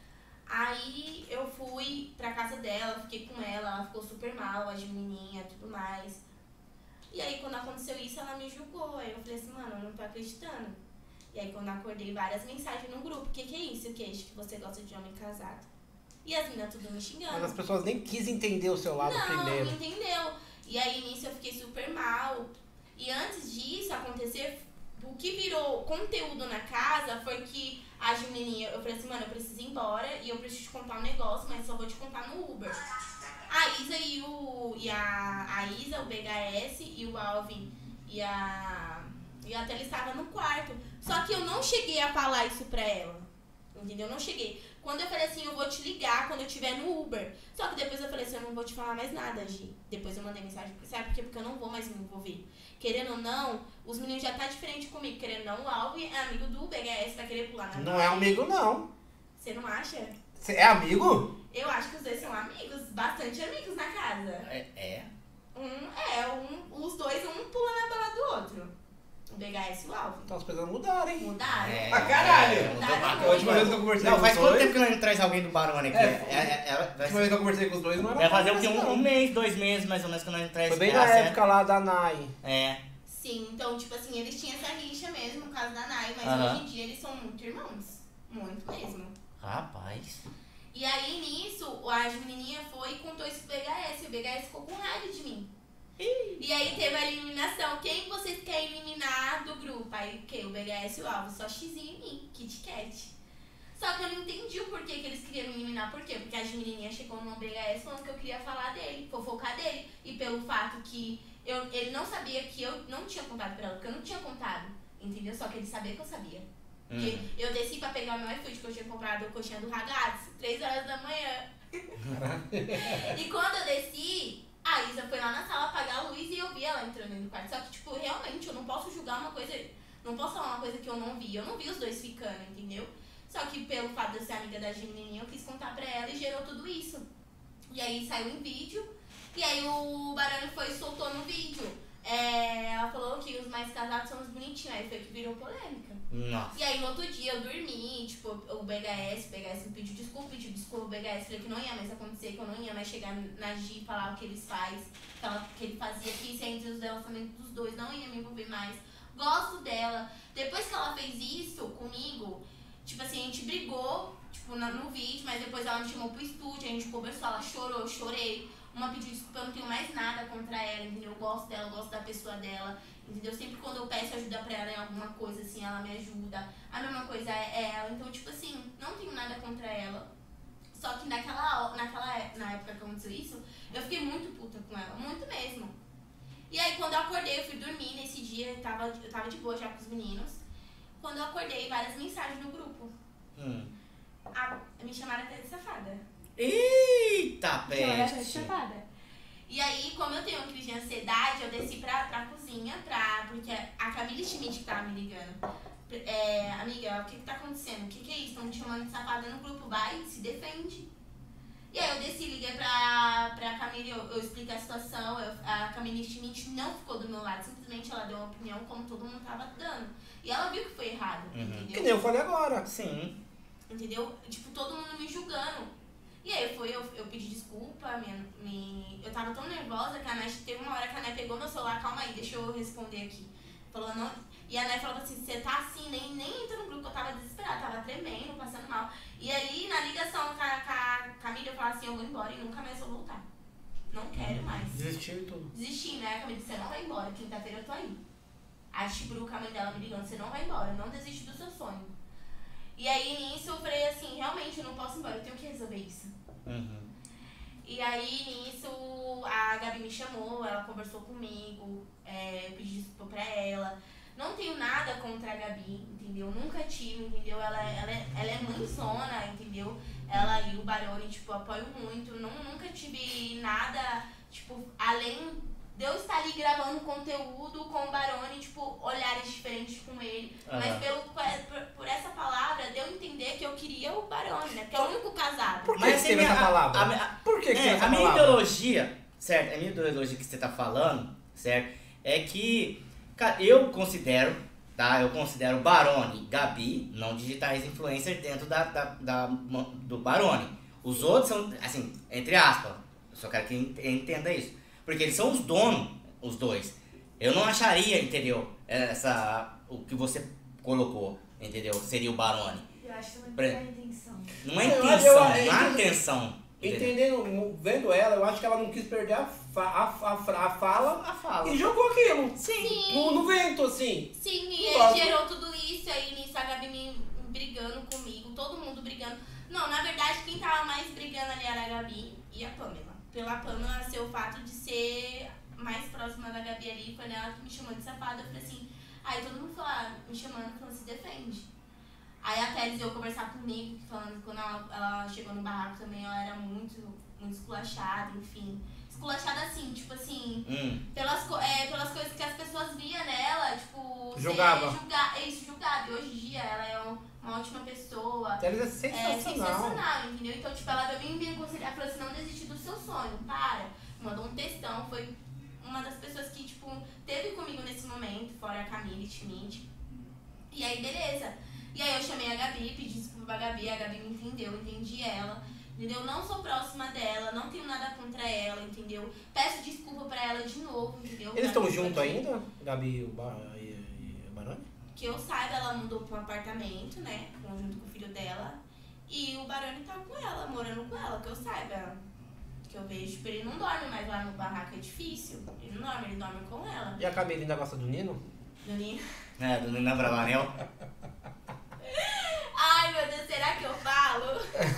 Aí eu fui pra casa dela, fiquei com ela, ela ficou super mal, a Gemininha e tudo mais. E aí quando aconteceu isso, ela me julgou. Aí eu falei assim, mano, eu não tô acreditando. E aí quando eu acordei, várias mensagens no grupo. O que que é isso, Queijo, que você gosta de homem casado? E as meninas tudo me xingando. Mas as pessoas nem quis entender o seu lado não, primeiro. Não, entendeu. E aí nisso eu fiquei super mal. E antes disso acontecer, o que virou conteúdo na casa foi que a Gemininha, eu falei assim, mano, eu preciso ir embora e eu preciso te contar um negócio, mas só vou te contar no Uber. A Isa e o. E a, a Isa, o B H S e o Alvin e a. E a Tela estavam no quarto. Só que eu não cheguei a falar isso pra ela. Entendeu? Eu não cheguei. Quando eu falei assim, eu vou te ligar quando eu estiver no Uber. Só que depois eu falei assim, eu não vou te falar mais nada, Gi. Depois eu mandei mensagem, sabe por quê? Porque eu não vou mais me envolver. Querendo ou não, os meninos já tá diferente comigo. Querendo ou não, o Alvin é amigo do B H S, vai querer pular na Não é amigo, não. Você não acha? Você é amigo? Eu acho que os dois são amigos, bastante amigos na casa. É, é? Um, é, um, os dois, um pula na bola do outro. O B H S e o Alvin. Então as pessoas mudaram, hein? Mudaram. É, Ah, caralho! é, mudou pra A A caramba. última vez que eu conversei Não, com faz os quanto dois... tempo que nós não traz alguém do Barone aqui? É, É, é, é, A vai, última vez ser- que eu conversei com os dois não era vai fazer o assim, quê? Um, não. um mês, dois meses mais ou menos que nós não traz Foi bem esse na cara, época lá da Nai. É. Sim, então, tipo assim, eles tinham essa rixa mesmo, no caso da Nai, mas Aham. hoje em dia eles são muito irmãos. Muito mesmo. Rapaz. E aí, nisso, a menininha foi e contou isso pro B H S. E o B H S ficou com raiva de mim. E aí teve a eliminação. Quem vocês querem eliminar do grupo? Aí o que? O B H S e o Alvo. Só xizinho em mim. Kit Kat. Só que eu não entendi o porquê que eles queriam me eliminar. Por quê? Porque a menininha chegou no B H S falando que eu queria falar dele, fofocar dele. E pelo fato que eu, ele não sabia que eu não tinha contado pra ela. Porque eu não tinha contado. Entendeu? Só que ele sabia que eu sabia. Porque Uhum. eu desci pra pegar o meu iFood, que eu tinha comprado a coxinha do Ragazzi, três horas da manhã. E quando eu desci, a Isa foi lá na sala apagar a luz e eu vi ela entrando no quarto. Só que, tipo, realmente, eu não posso julgar uma coisa, não posso falar uma coisa que eu não vi. Eu não vi os dois ficando, entendeu? Só que pelo fato de eu ser amiga da Gemininha, eu quis contar pra ela e gerou tudo isso. E aí saiu em vídeo, e aí o Barone foi e soltou no vídeo. É, ela falou que os mais casados são os bonitinhos, aí foi que virou polêmica. Nossa. E aí no outro dia eu dormi, tipo, o B H S, o B H S me pediu desculpa, pediu desculpa, o B H S falei que não ia mais acontecer, que eu não ia mais chegar na Gi e falar o que eles fazem, que, ela, que ele fazia, que isso é entre os relacionamentos dos dois, não ia me envolver mais. Gosto dela. Depois que ela fez isso comigo, tipo assim, a gente brigou, tipo, no, no vídeo, mas depois ela me chamou pro estúdio, a gente conversou, ela chorou, eu chorei. Uma pediu desculpa, eu não tenho mais nada contra ela, entendeu? Eu gosto dela, eu gosto da pessoa dela, entendeu? Sempre quando eu peço ajuda pra ela em alguma coisa, assim, ela me ajuda. A mesma coisa é ela, então, tipo assim, não tenho nada contra ela. Só que naquela, naquela na época que aconteceu isso, eu fiquei muito puta com ela, muito mesmo. E aí, quando eu acordei, eu fui dormir nesse dia, eu tava, eu tava de boa já com os meninos. Quando eu acordei, várias mensagens no grupo. Hum. Ah, me chamaram até de safada. Eita, Me chamaram até de peste. safada. E aí, como eu tenho uma crise de ansiedade, eu desci pra, pra cozinha, pra, porque a Camille Schmidt que tava me ligando. É, amiga, o que que tá acontecendo? O que que é isso? Estão me chamando de safada no grupo, vai, se defende. E aí eu desci, liguei pra, pra Camille, eu, eu expliquei a situação, eu, a Camille Schmidt não ficou do meu lado, simplesmente ela deu uma opinião como todo mundo tava dando. E ela viu que foi errado, Uhum. entendeu? Que nem eu falei agora. Sim. Entendeu? Tipo, todo mundo me julgando. E aí foi, eu, eu pedi desculpa, minha, me, eu tava tão nervosa que a Nath, teve uma hora que a Nath pegou meu celular, calma aí, deixa eu responder aqui. Falou, não... E a Nai falava assim, você tá assim, nem, nem entra no grupo, que eu tava desesperada, tava tremendo, passando mal. E aí, na ligação com a, com a Camila, eu falava assim, eu vou embora e nunca mais vou voltar. Não quero mais. Desistiu e tudo. Desisti, né? A Camila disse, você não vai embora, quinta-feira eu tô aí. A Chibruca, a mãe dela, me ligando, você não vai embora, não desiste do seu sonho. E aí, nisso, eu falei assim, realmente, eu não posso ir embora, eu tenho que resolver isso. Uhum. E aí, nisso, a Gabi me chamou, ela conversou comigo, é, eu pedi desculpa pra ela. Não tenho nada contra a Gabi, entendeu? Nunca tive, entendeu? Ela, ela, é, ela é mãezona, entendeu? Ela e o Barone, tipo, apoiam muito. Não, nunca tive nada, tipo, além de eu estar ali gravando conteúdo com o Barone, tipo, olhares diferentes com ele. Uhum. Mas pelo, por, por essa palavra, deu a entender que eu queria o Barone, né? Porque é o único casado. Por que Mas que teve assim, essa a- palavra? a- a- Por que que teve É, essa a minha palavra? ideologia, certo? A minha ideologia que você tá falando, certo? É que, cara, eu considero, tá? Eu considero Barone, Gabi, não digitais influencers dentro da, da, da- do Barone. Os outros são, assim, entre aspas, eu só quero que ent- entenda isso. Porque eles são os donos, os dois. Eu não acharia, entendeu? Essa, o que você colocou, entendeu? Seria o Barone. Eu acho que Pre- não é a intenção. Não é Eu- eu- intenção, eu- não é eu- intenção. entendeu? Entendendo, vendo ela, eu acho que ela não quis perder a, fa a, a, fra- a fala A fala. e jogou aquilo. Sim. No, no vento, assim. Sim, e Lógico. ele gerou tudo isso, aí nisso a Gabi me brigando comigo, todo mundo brigando. Não, na verdade, quem tava mais brigando ali era a Gabi e a Pamela. Pela Pamela ser o fato de ser mais próxima da Gabi ali, quando ela me chamou de safada, eu falei assim, aí todo mundo falou, me chamando, falando, se defende. Aí a Teres veio conversar comigo, falando que quando ela, ela chegou no barraco também, ela era muito, muito esculachada, enfim. Esculachada assim, tipo assim, Hum. pelas, co- é, pelas coisas que as pessoas viam nela, tipo, Julgava. ser julga, é isso, julgada. E hoje em dia ela é um- uma ótima pessoa. Ela é É sensacional. sensacional, entendeu? Então, tipo, ela veio me me aconselhar, falou assim, não desiste do seu sonho, para. Mandou um textão, foi uma das pessoas que, tipo, teve comigo nesse momento, fora a Camila e Schmidt. E aí, beleza. E aí eu chamei a Gabi, pedi desculpa pra Gabi, a Gabi me entendeu, entendi ela. Entendeu? Não sou próxima dela, não tenho nada contra ela, entendeu? Peço desculpa pra ela de novo, entendeu? Eles estão Gabi, juntos porque- ainda? Gabi e o, ba e, e o Barone? Que eu saiba, ela mudou pra um apartamento, né? com- Junto com o filho dela. E o Barone tá com ela, morando com ela, que eu saiba. Que eu vejo, tipo, ele não dorme mais lá no barraco, é difícil. Ele não dorme, ele dorme com ela. E a Camila ainda gosta do Nino? Dani- É, do Nina Bravanel. Ai, meu Deus, será que eu falo?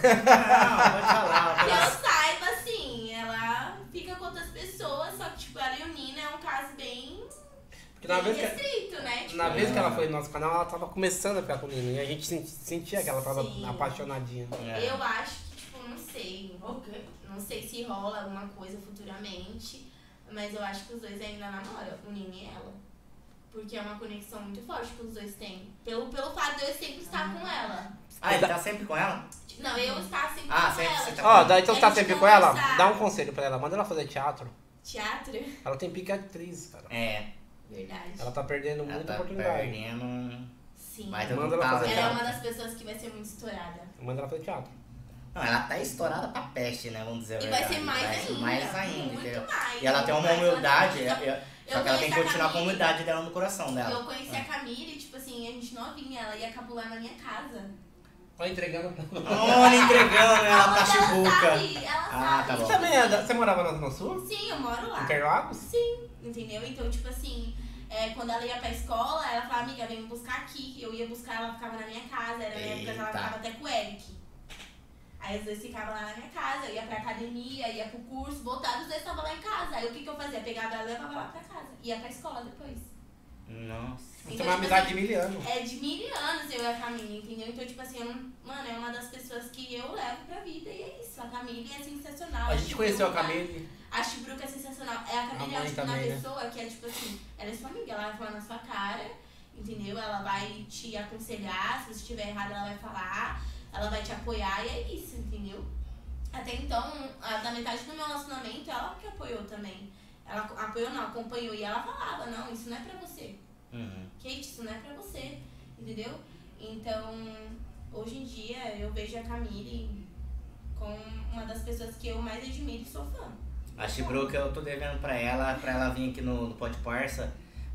Não, pode falar. Que eu Pela... saiba, assim, ela fica com outras pessoas, só que, tipo, ela e o Nino é um caso bem, Porque na bem vez, que, restrito, né? Tipo, na vez que ela foi no nosso canal, ela tava começando a ficar com o Nino. E a gente senti- sentia que ela tava Sim. apaixonadinha. É. eu acho que, tipo, não sei. Não sei se rola alguma coisa futuramente, mas eu acho que os dois ainda namoram, o Nino e ela. Porque é uma conexão muito forte que os dois têm. Pelo, pelo fato de eu sempre estar com ela. Ah, ele tá sempre com ela? Não, eu estar sempre Ah, com sempre ela. você tá tipo, Ó, daí então a você tá gente sempre com ela? conversar. Dá um conselho pra ela. Manda ela fazer teatro. Teatro? Ela tem pique atriz, cara. É. Verdade. Ela tá perdendo Ela muita tá oportunidade. perdendo. Sim. Mas Manda eu ela tava. fazer Ela é teatro. uma das pessoas que vai ser muito estourada. Manda ela fazer teatro. Não, ela tá estourada pra peste, né? Vamos dizer a E vai verdade. ser mais Vai ser ainda. mais ainda, Muito entendeu? mais. E ela tem uma muito mais. humildade, Ela tem- é- é- Eu só que ela tem que conheço a continuar com a Camille. humildade dela no coração dela. Eu conheci a Camille, tipo assim, a gente novinha, ela ia capular na minha casa. Olha, entregando. Olha, entregando ela pra Ela Chibuca. sabe, ela Ah, sabe. tá bom. Você também é da- Você morava na Zona Sul? Sim, eu moro lá. Interlagos? Sim, entendeu? Então, tipo assim, é, quando ela ia pra escola, ela falava, amiga, vem me buscar aqui. Eu ia buscar, ela ficava na minha casa. Era na época que ela Eita. ficava até com o Eric. Aí os dois ficavam lá na minha casa, eu ia pra academia, ia pro curso, voltava, os dois estavam lá em casa. Aí o que que eu fazia? Pegava ela e levava lá pra casa. Ia pra escola depois. Nossa. Você Então, tem uma tipo amizade assim, de mil anos. É de mil anos eu e a Camille, entendeu? Então, tipo assim, eu não- mano, é uma das pessoas que eu levo pra vida e é isso. A Camille é sensacional. A gente conheceu a Chibruca- Camille. A Chibruca é sensacional. É a Camille A é mãe tipo também, uma né? pessoa que é tipo assim, ela é sua amiga, ela vai falar na sua cara, entendeu? Ela vai te aconselhar, se você estiver errado, ela vai falar, ela vai te apoiar e é isso, entendeu? Até então, a, da metade do meu relacionamento, ela que apoiou também. Ela apoiou não, acompanhou e ela falava, não, isso não é pra você. Uhum. Kate, isso não é pra você, entendeu? Então, hoje em dia, eu vejo a Camille como uma das pessoas que eu mais admiro e sou fã. A Chibruca eu tô devendo pra ela, pra ela vir aqui no, no Pode Parça,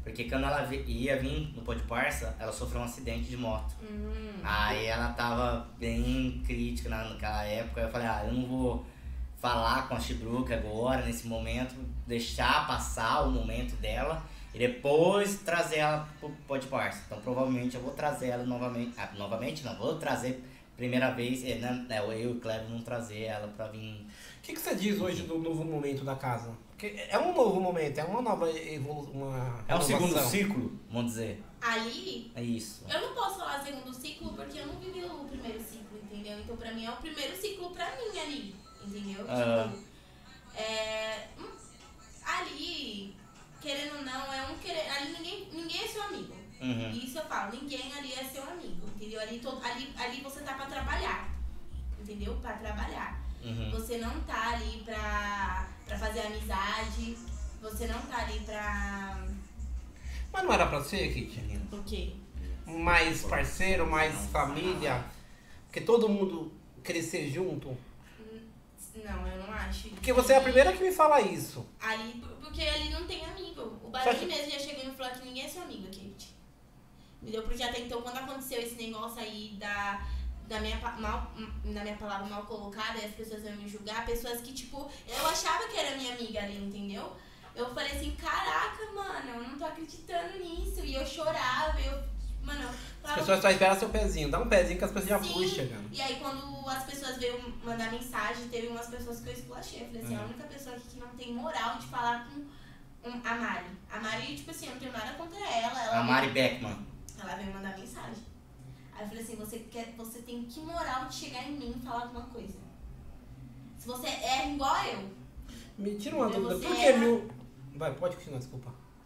Porque quando ela vi- ia vir no Pô de Parça, ela sofreu um acidente de moto. Hum. Aí ela tava bem crítica na- naquela época. Eu falei, ah, eu não vou falar com a Chibruca agora, nesse momento, deixar passar o momento dela e depois trazer ela pro Pô de Parça. Então provavelmente eu vou trazer ela novamente. Ah, novamente não, vou trazer primeira vez, é, né, né, eu e o Cleber vamos trazer ela pra vir. O que, que você diz hoje do novo momento da casa? Porque é um novo momento, é uma nova evolução. É um segundo ciclo, vamos dizer. Ali, É isso. eu não posso falar segundo ciclo porque eu não vivi o primeiro ciclo, entendeu? Então pra mim é o primeiro ciclo pra mim ali, entendeu? Aham. Tipo, é, hum, ali, querendo ou não, é um querer. Ali ninguém, ninguém é seu amigo. Uhum. Isso eu falo, ninguém ali é seu amigo, entendeu? Ali, todo, ali, ali você tá pra trabalhar, entendeu? Pra trabalhar. Uhum. Você não tá ali pra, pra fazer amizade, você não tá ali pra... Mas não era pra ser, Kitty? O quê? Mais parceiro, mais família? Porque todo mundo crescer junto? Não, eu não acho. Porque você é a primeira que me fala isso. Ali, porque ali não tem amigo. O Só Barulho que- mesmo já chegou e me falou que ninguém é seu amigo, Kate. Entendeu? Porque até então, quando aconteceu esse negócio aí da, da minha, pa- mal, da minha palavra mal colocada, e as pessoas iam me julgar, pessoas que, tipo, eu achava que era minha amiga ali, entendeu? Eu falei assim, caraca, mano, eu não tô acreditando nisso. E eu chorava, eu, mano, eu As falava, pessoas só esperam seu pezinho. Dá um pezinho que as pessoas já Sim. puxam chegando. E aí quando as pessoas veio mandar mensagem, teve umas pessoas que eu esculachei. Eu falei assim, Uhum. a única pessoa aqui que não tem moral de falar com um, a Mari. A Mari, tipo assim, eu não tenho nada contra ela. Ela, A Mari Beckman. ela veio mandar mensagem. Aí eu falei assim, você, quer, você tem que moral de chegar em mim e falar alguma coisa. Se você é igual eu. Me tira uma Você dúvida. Por que erra. mil... Vai, pode continuar, desculpa.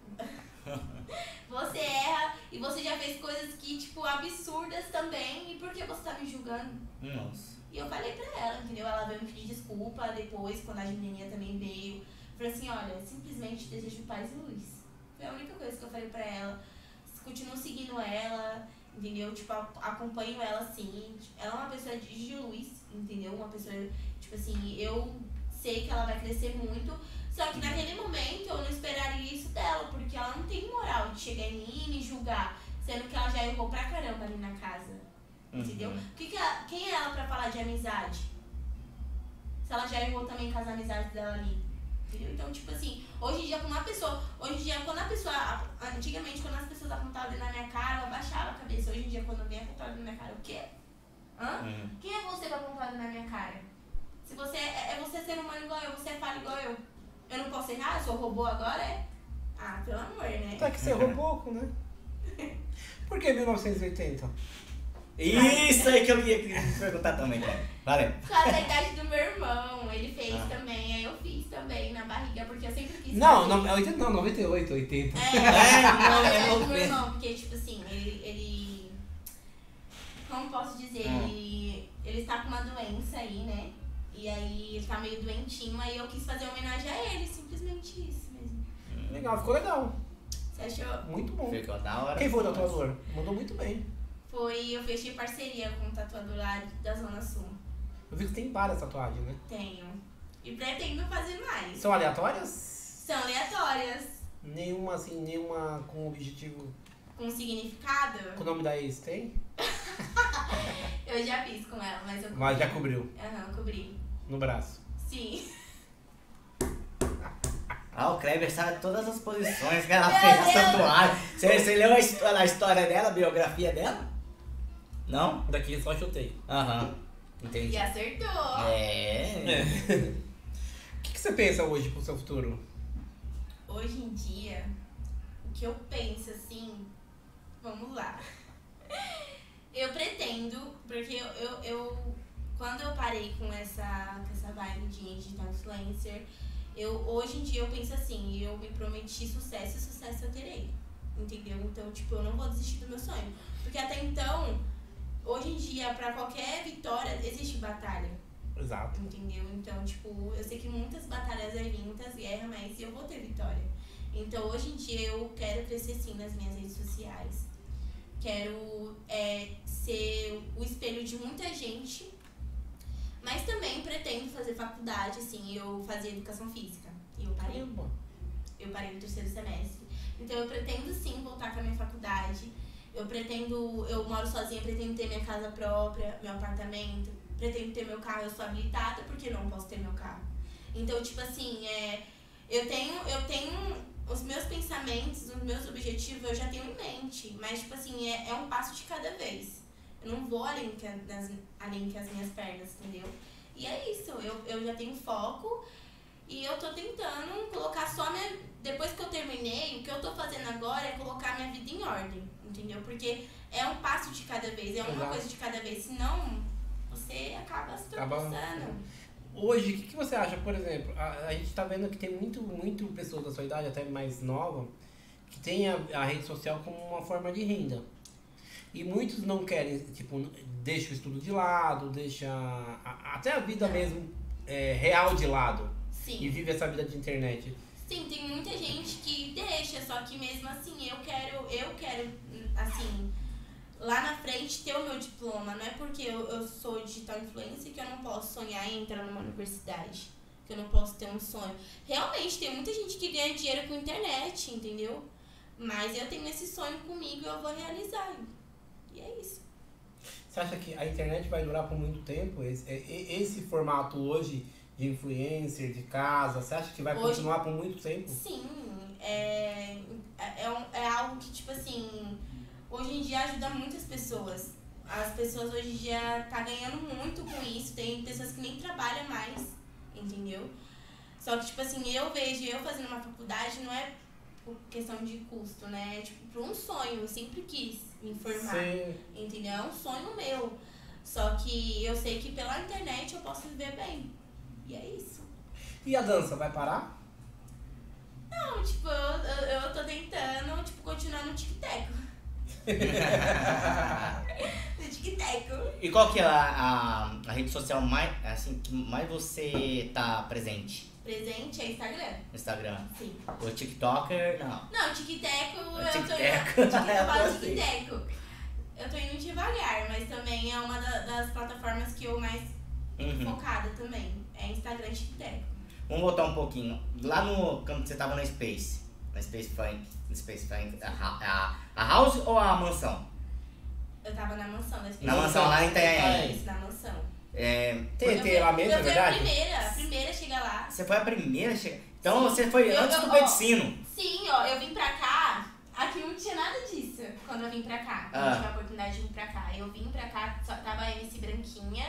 Você erra e você já fez coisas que, tipo, absurdas também. E por que você tá me julgando? Nossa. E eu falei pra ela, entendeu? Ela veio me pedir desculpa depois, quando a menininha também veio. Falei assim, olha, simplesmente desejo paz e luz. Foi a única coisa que eu falei pra ela. Continuo seguindo ela, entendeu? Tipo, a- acompanho ela sim. Ela é uma pessoa de de luz, entendeu? Uma pessoa, tipo assim, eu sei que ela vai crescer muito. Só que naquele momento eu não esperaria isso dela, porque ela não tem moral de chegar em mim e me julgar. Sendo que ela já errou pra caramba ali na casa. Entendeu? Uhum. Que que ela- quem é ela pra falar de amizade? Se ela já errou também com as amizades dela ali. Entendeu? Então, tipo assim, hoje em dia, quando uma pessoa. Hoje em dia, quando a pessoa. Antigamente, quando as pessoas apontavam ali na minha cara, eu abaixava a cabeça. Hoje em dia, quando alguém apontava ali na minha cara, o quê? Hã? Uhum. Quem é você pra apontar ali na minha cara? Se você é, é você ser humano igual eu, você fala igual eu. Eu não posso errar? Eu sou robô agora? É? Ah, pelo amor, né? Até que você errou pouco, né? Por que mil novecentos e oitenta? Isso aí que eu ia perguntar também, cara. Valeu. Por causa da idade do meu irmão, ele fez Ah. também, aí eu fiz também na barriga, porque eu sempre quis Não, fazer. não, é oitenta, não, noventa e oito, oitenta. É, É, não, não, na é verdade, do meu noventa. irmão, porque, tipo assim, ele, ele como posso dizer, Hum. ele, ele está com uma doença aí, né? E aí ele tá meio doentinho, aí eu quis fazer homenagem a ele, simplesmente isso mesmo. Legal, ficou legal. Você achou? Muito bom. Ficou da hora. Quem foi o tatuador? Mandou muito bem. Foi, eu fechei parceria com um tatuador lá da Zona Sul. Eu vi que tem várias tatuagens, né? Tenho. E pretendo fazer mais. São aleatórias? São aleatórias, Nenhuma, assim, nenhuma com objetivo. com significado. Com o nome da ex tem? Eu já fiz com ela, mas eu cobri. Mas já cobriu. Aham, cobri. No braço. Sim. Ah, o Kleber sabe todas as posições que ela Meu fez a Deus. tatuagem. Você, você leu a história, a história dela, a biografia dela? Não? Daqui só chutei. Aham. Entendi. E acertou. É. O que, que você pensa hoje pro seu futuro? Hoje em dia, o que eu penso assim, vamos lá. Eu pretendo, porque eu, eu, eu quando eu parei com essa, com essa vibe de digital influencer, eu, hoje em dia eu penso assim, eu me prometi sucesso e sucesso eu terei. Entendeu? Então, tipo, eu não vou desistir do meu sonho. Porque até então, hoje em dia, pra qualquer vitória, existe batalha. Exato. Entendeu? Então, tipo, eu sei que muitas batalhas vai vir, muitas guerras, mas eu vou ter vitória. Então, hoje em dia, eu quero crescer sim nas minhas redes sociais. Quero é, ser o espelho de muita gente, mas também pretendo fazer faculdade, assim, eu fazia educação física. E eu parei. Caramba. Eu parei no terceiro semestre. Então eu pretendo sim voltar com a minha faculdade. Eu pretendo, eu moro sozinha, pretendo ter minha casa própria, meu apartamento, pretendo ter meu carro, eu sou habilitada, porque não posso ter meu carro. Então, tipo assim, é, eu tenho, eu tenho os meus pensamentos, os meus objetivos, eu já tenho em mente, mas tipo assim, é, é um passo de cada vez. Eu não vou além que, das, além que as minhas pernas, entendeu? E é isso, eu, eu já tenho foco e eu tô tentando colocar só minha... Depois que eu terminei, o que eu tô fazendo agora é colocar minha vida em ordem, entendeu? Porque é um passo de cada vez, é uma Exato. coisa de cada vez, senão você acaba se Acaba- tropeçando. Hoje, o que, que você acha, por exemplo? A, a gente tá vendo que tem muito, muito pessoas da sua idade, até mais nova, que tem a, a rede social como uma forma de renda. E muitos não querem, tipo, deixa o estudo de lado, deixa a- até a vida mesmo é, real de lado. Sim. E vive essa vida de internet. Sim, tem muita gente que deixa, só que mesmo assim, eu quero, eu quero, assim, lá na frente ter o meu diploma. Não é porque eu, eu sou digital influencer que eu não posso sonhar em entrar numa universidade, que eu não posso ter um sonho. Realmente, tem muita gente que ganha dinheiro com internet, entendeu? Mas eu tenho esse sonho comigo e eu vou realizar. E é isso. Você acha que a internet vai durar por muito tempo? Esse, e- esse formato hoje de influencer, de casa, você acha que vai Hoje- continuar por muito tempo? Sim, é, é, um- é algo que, tipo assim, hoje em dia ajuda muitas pessoas. As pessoas hoje em dia tá ganhando muito com isso. Tem pessoas que nem trabalham mais, entendeu? Só que, tipo assim, eu vejo eu fazendo uma faculdade não é por questão de custo, né? É tipo por um sonho. Eu sempre quis me formar, Você- entendeu? É um sonho meu. Só que eu sei que pela internet eu posso viver bem. E é isso. E a dança, vai parar? Não, tipo, eu, eu, eu tô tentando, tipo, continuar no tic-tac. No tic-tac. E qual que é a, a, a rede social mais, assim, que mais você tá presente? Presente é Instagram. No Instagram? Sim. O TikToker, não. Não, tic-tac, eu tô indo... tic-tac. tic- Eu falo Eu sei. tic-tac. Eu tô indo devagar, mas também é uma da- das plataformas que eu mais fico Uhum. focada também. É Instagram e tic-tac. Vamos voltar um pouquinho. Lá no, quando você tava no Space, na Space Funk, no Space Funk, a, a, a house ou a mansão? Eu tava na mansão da Na mansão lá em Itanhaém. Isso, na mansão. É, Tem, Eu tem fui- lá mesmo, eu é fui verdade? a primeira, a primeira a chegar lá. você foi a primeira a chegar. Então Sim. você foi Eu- antes eu- do ó, Medicino. Sim, ó, eu vim pra cá, aqui não tinha nada disso quando eu vim pra cá. Quando Ah. eu tive a oportunidade de vir pra cá. Eu vim pra cá, só tava a M C Branquinha,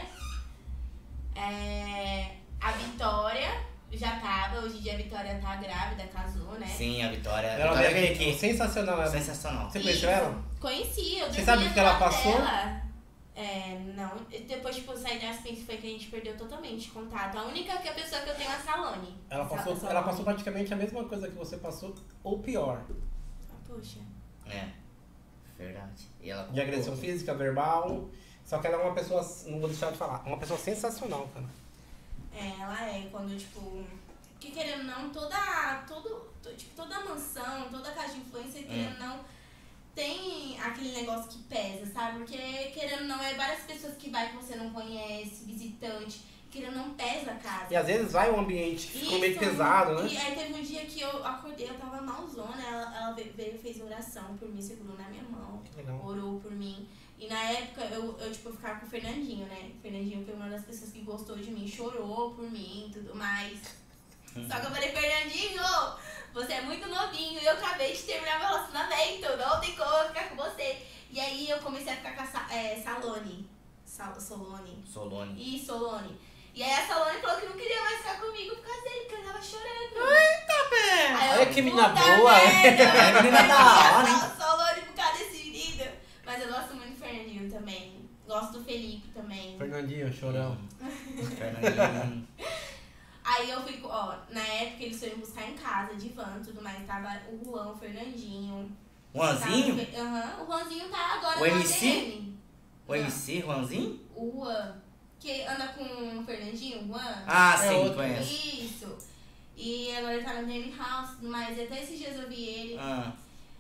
é, a Vitória já tava, hoje em dia a Vitória tá grávida, casou, né? Sim, a Vitória. A Ela Vitória veio veio aqui. aqui. Sensacional ela. Sensacional. Você conheceu Isso. ela? Conheci, eu Você dormia sabe o do que ela lado passou? dela. É, não. Depois, tipo, sair da Aspense foi que a gente perdeu totalmente contato. A única que a pessoa que eu tenho é a Salone. Ela Sa- passou, Salone. ela passou praticamente a mesma coisa que você passou, ou pior. Ah, poxa. É. Verdade. E ela De agressão física, verbal. Só que ela é uma pessoa, não vou deixar de falar, uma pessoa sensacional, cara. É, ela é, quando, tipo... Que querendo ou não, toda, todo, to- tipo, toda mansão, toda casa de influência, querendo ou não, tem aquele negócio que pesa, sabe? Porque, querendo ou não, é várias pessoas que vai que você não conhece, visitante, querendo ou não, pesa a casa. E às vezes vai um ambiente que ficou meio Isso, pesado, né? E aí teve um dia que eu acordei, eu tava malzona, ela, ela veio veio, fez oração por mim, segurou na minha mão, Que legal. orou por mim. E na época eu, eu tipo, ficava com o Fernandinho, né? O Fernandinho foi uma das pessoas que gostou de mim, chorou por mim e tudo mais. Só que eu falei, Fernandinho, você é muito novinho e eu acabei de terminar meu relacionamento, não tem como eu ficar com você. E aí eu comecei a ficar com a Sa- é, Salone. Sal, Solone. Solone. E Solone. E aí a Salone falou que não queria mais ficar comigo por causa dele, porque eu tava chorando. Aí eu, Olha que menina puta boa, merda, é. eu Menina da hora, hein? só Solone por causa desse menino. Mas eu gosto muito do Fernandinho também. Gosto do Felipe também. Fernandinho, chorão. Fernandinho. Aí eu fui, ó, na época eles foram buscar em casa, de van e tudo mais. Tava o Juan, o Fernandinho. Juanzinho? Tava o Fe- Aham, o Juanzinho tá agora O no M C? A D M. O M C, Juanzinho? O Juan. Que anda com o Fernandinho, o Juan. Ah, É sim, outro. conheço. Isso. E agora ele tá no Game House, mas até esses dias eu vi ele. Ah,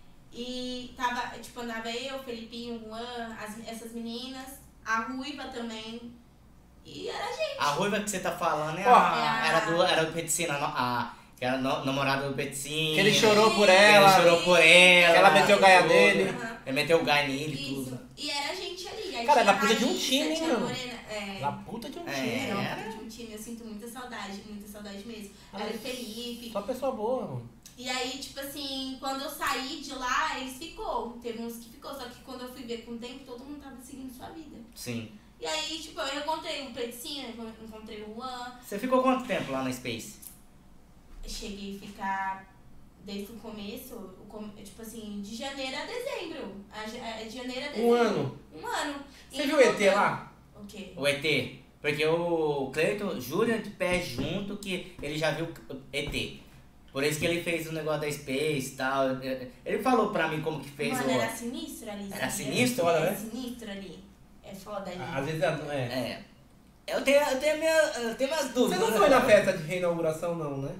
E tava, tipo, andava eu, o Felipinho, o Juan, as, essas meninas, a Ruiva também. E era a gente. a ruiva que você tá falando é Ó, a, é a- era do, era do Medicina. A, Que era no, namorada do Betinho. Que ele chorou por Que ela. ele chorou por ela. Que ela meteu o gaia tudo. nele. Aham. Ele meteu o gaia nele e Isso. tudo. E era a gente ali. Aí Cara, tinha ela puta de um Raíssa, time, hein, tinha mano? Morena, é. Na puta de um É. time. Era uma Era. puta de um time, eu sinto muita saudade, muita saudade mesmo. Ah, Era o Felipe. Só pessoa boa, mano. E aí, tipo assim, quando eu saí de lá, eles ficou. Teve uns que ficou, só que quando eu fui ver com o tempo, todo mundo tava seguindo sua vida. Sim. E aí, tipo, eu encontrei o Peticinho, eu encontrei o Juan. Você ficou quanto tempo lá na Space? Cheguei a ficar desde o começo, o com- tipo assim, de janeiro a dezembro. A, ja- de janeiro a dezembro. Um ano. Um ano. Você E viu o E T voltando. lá? O quê? O E T. Porque o Cleiton jura de pé junto que ele já viu o E T. Por isso que ele fez o negócio da Space e tal. Ele falou pra mim como que fez Mano, o... era sinistro ali. Era sabia? sinistro, Era né? sinistro ali. É foda ali. Às vezes é. é. É. Eu tenho, eu tenho, minha, eu tenho minhas Você dúvidas. não foi na festa de reinauguração, não, né?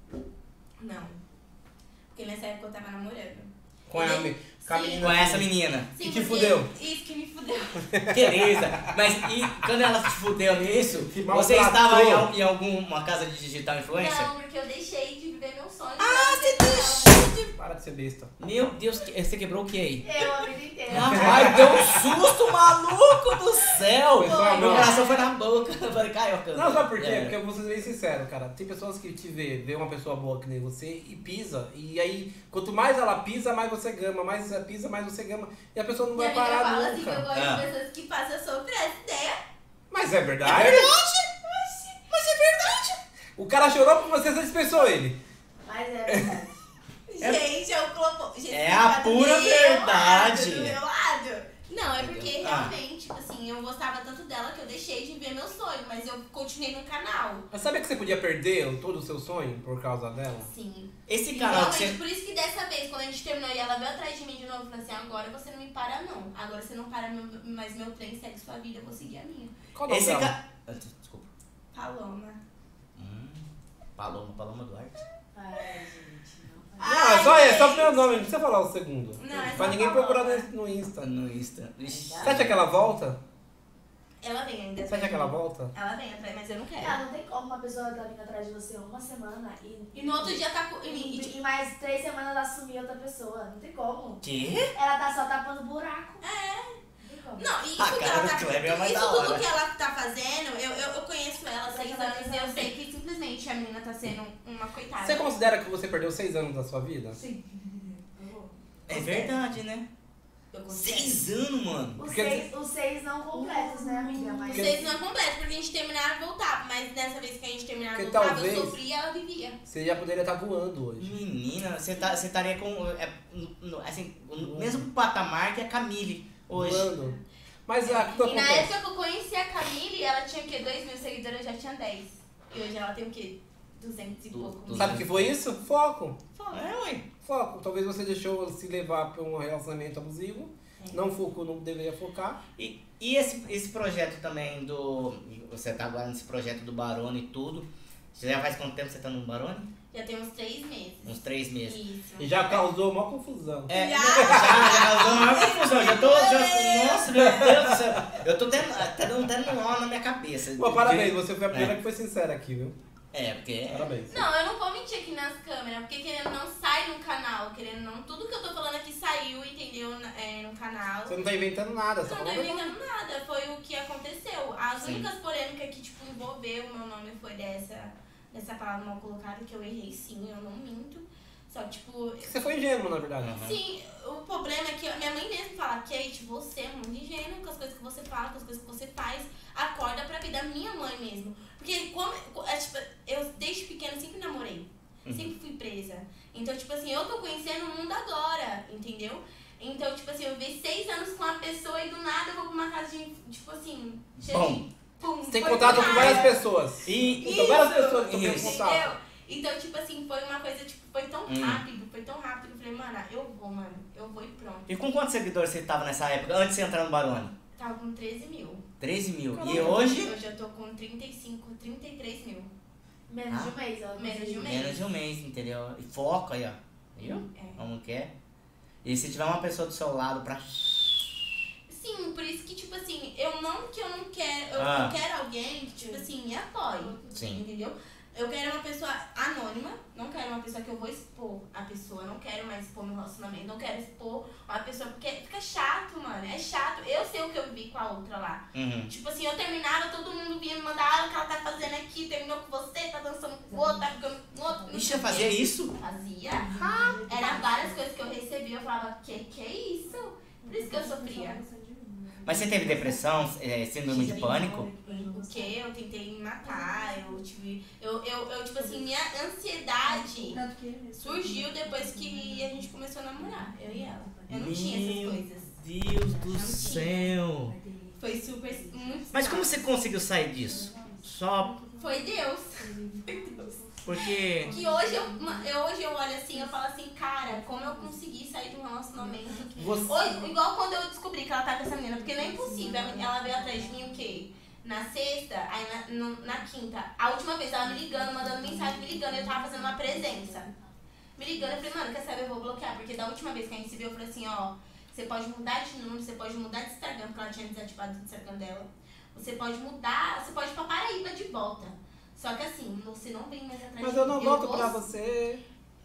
Não. Porque nessa época eu tava namorando. Com a, Ele- com a Sim. menina. Com essa menina. Que te porque- fudeu. Isso que me fudeu. Tereza. Mas e quando ela te fudeu nisso, Que você maltratou. estava em, al- em alguma casa de digital influencer? Não, porque eu deixei de viver meu sonho. Ah, você deixou de... Para de ser besta. Meu Deus, que- você quebrou o que aí? Eu a vida inteira. Rapaz, deu um susto, maluco do céu! Pessoal, Meu não. coração foi na boca. Eu falei, caiu a câmera. Não, sabe por quê? É. Porque eu vou ser bem sincero, cara. Tem pessoas que te vê, vê uma pessoa boa que nem você e pisa. E aí, quanto mais ela pisa, mais você gama. Mais você pisa, mais você gama. E a pessoa não Minha vai amiga parar fala assim que eu nunca. gosto Ah. de pessoas que façam sofrer essa ideia. Mas é É verdade? verdade? Mas é verdade! O cara chorou porque você dispensou ele. Mas é verdade. É- Gente, eu coloco. Gente, É tá a do pura meu verdade. lado, do meu lado. Não, é porque Entendeu? Ah. realmente, tipo assim, eu gostava tanto dela que eu deixei de ver meu sonho, mas eu continuei no canal. Mas sabia que você podia perder todo o seu sonho por causa dela? Sim. Esse E canal que realmente, você... por isso que dessa vez, quando a gente terminou e ela veio atrás de mim de novo, eu falei assim, agora você não me para não. Agora você não para meu, mais meu trem, segue sua vida, eu vou seguir a minha. Qual o nome Esse dela? ca... Ah, Desculpa. Paloma. Hum, Paloma, Paloma Duarte. Ai, gente, não. Não, é só, é só o gente. meu nome, não precisa falar o segundo. Não, é pra só ninguém Paloma. procurar no, no Insta. Tá no Insta. Ixi. Você acha que ela volta? Ela vem ainda. Você acha que ela volta? Ela vem atrás, mas eu não quero. Ah, não tem como uma pessoa tá vindo atrás de você uma semana e. E no outro dia tá com. E, E, e, e mais três semanas ela assumir outra pessoa. Não tem como. Que? Ela tá só tapando buraco. é. Não tem como. Não, e isso A que cara ela do tá Kleber é mais isso da tudo hora. que ela tá fazendo, eu, eu, eu conheço ela há Mas seis ela anos e eu tá sei que simplesmente a menina tá sendo uma coitada. Você considera que você perdeu seis anos da sua vida? Sim. Eu É verdade, né? Eu considero. Seis anos, mano. Os Porque- seis, os seis não completos, né, amiga? Mas. Vocês não é completo, porque a gente terminava e voltava, mas dessa vez que a gente terminava e Porque voltava, talvez- eu sofria e ela vivia. Você já poderia estar voando hoje. Menina, você tá, você estaria com. É, no- no- assim, no mesmo patamar que a Camille hoje. Voando. Mas a que E na acontece? época que eu conheci a Camille, ela tinha o quê? dois mil seguidores, eu já tinha dez. E hoje ela tem o quê? duzentos e Du- pouco. du- Sabe o que foi isso? Foco. Foda. É, ué. Foco. Talvez você deixou se levar por um relacionamento abusivo. É. Não focou, não deveria focar. E, e esse, esse projeto também do. Você tá agora nesse projeto do Barone e tudo. Você já faz quanto tempo você tá no Barone? Já tem uns três meses. Uns três meses. Isso. E já causou uma confusão. É, Já? já, já causou uma confusão. Já tô. Já, nossa, meu Deus do céu. Eu tô tendo. Tá dando até nó na minha cabeça. Pô, parabéns, você foi a primeira É. que foi sincera aqui, viu? É, porque. Parabéns. Não, eu não vou mentir aqui nas câmeras, porque querendo não sai no canal, querendo não. Tudo que eu tô falando aqui saiu, entendeu? na- É, no canal. Você não tá inventando nada, Não só tô falando. inventando nada, foi o que aconteceu. As Sim. únicas polêmicas que, tipo, envolveu o meu nome foi dessa, dessa palavra mal colocada, que eu errei sim, eu não minto. Só que, tipo, Você foi ingênuo, na verdade. Aham. sim, o problema é que a minha mãe mesmo fala, Kate, você é muito ingênuo com as coisas que você fala, com as coisas que você faz, acorda pra vida. A minha mãe mesmo. Porque como, é, tipo, eu desde pequena sempre namorei, Uhum. sempre fui presa. Então, tipo assim, eu tô conhecendo o mundo agora, entendeu? Então, tipo assim, eu vivi seis anos com uma pessoa e do nada eu vou pra uma casa de, tipo assim, cheia Bom. de... Pum, Você tem foi contato do com nada. várias pessoas. E. Então, várias pessoas que estão Isso. tendo contato. Entendeu? Então, tipo assim, foi uma coisa, tipo, foi tão Hum. rápido, foi tão rápido que eu falei, mano, eu vou, mano, eu vou e pronto. E com quantos seguidores você tava nessa época, antes de você entrar no Barone? Tava com treze mil. treze mil. E Caramba. hoje? Hoje eu tô com trinta e cinco, trinta e três mil. Menos Ah. de um mês, ela Menos de um mês. Menos de um mês, entendeu? E foco aí, ó. Viu? É. Como quer? E se tiver uma pessoa do seu lado pra. Sim, por isso que, tipo assim, eu não que eu não quero, eu Ah. não quero alguém que, tipo assim, me apoie. Sim. Entendeu? Eu quero uma pessoa anônima, não quero uma pessoa que eu vou expor a pessoa, não quero mais expor meu relacionamento, não quero expor uma pessoa, porque fica chato, mano, é chato. Eu sei o que eu vivi com a outra lá. Uhum. Tipo assim, eu terminava, todo mundo vinha me mandar, ah, o que ela tá fazendo aqui, terminou com você, tá dançando com o outro, tá ficando com o outro. não Ixi, sei eu o quê. fazia isso? Fazia. Era várias coisas que eu recebia, eu falava, que que é isso? Por isso que eu sofria. Mas você teve depressão, é, síndrome de pânico? O que? Eu tentei me matar, eu tive. Eu, eu, eu, tipo assim, minha ansiedade Tanto que surgiu depois que a gente começou a namorar, eu e ela. Eu não tinha essas coisas. Deus do céu. Foi super. Muito Mas como fácil. você conseguiu sair disso? Só Foi Deus. Foi Deus. porque... Que hoje eu, eu, hoje eu olho assim, eu falo assim, cara, como eu consegui sair de um relacionamento. Você... Hoje, igual quando eu descobri que ela tá com essa menina, porque não é impossível. Ela veio atrás de mim o quê? Na sexta, aí na, no- na quinta. A última vez ela me ligando, mandando mensagem, me ligando, eu tava fazendo uma presença. Me ligando, eu falei, mano, quer saber, eu vou bloquear. Porque da última vez que a gente se viu, eu falei assim, ó, você pode mudar de número, você pode mudar de Instagram, porque ela tinha desativado o Instagram dela. Você pode mudar, você pode ir pra Paraíba de volta. Só que assim, você não vem mais atrás Mas de eu mim. não volto vou- pra você.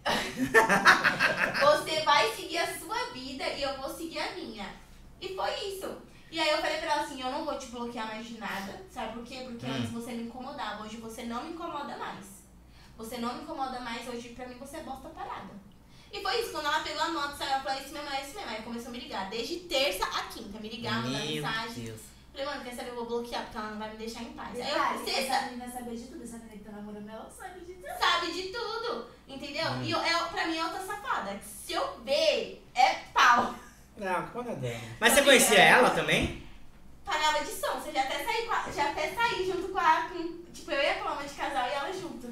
Você vai seguir a sua vida e eu vou seguir a minha. E foi isso. E aí eu falei pra ela assim, eu não vou te bloquear mais de nada. Sabe por quê? Porque Hum. antes você me incomodava. Hoje você não me incomoda mais. Você não me incomoda mais. Hoje pra mim você é bosta parada. E foi isso. Quando ela pegou a nota, saiu, ela falou, é isso mesmo, é isso mesmo. Aí começou a me ligar. Desde terça a quinta. Me ligar, mandar Meu mensagem. Deus. Falei, mano, quer saber? Eu vou bloquear porque ela não vai me deixar em paz. Aí Detalhe, eu, sexta, essa menina sabe de tudo, essa menina que tá namorando ela sabe de tudo. sabe de tudo. Entendeu? Hum. E eu, é, pra mim é outra safada. Se eu ver, é pau. Não, quando é dela. Mas você conhecia ela também? Pagava de som, você já até saí, com a- já até saí junto com a. Com, tipo, eu e a Paloma de casal e ela junto.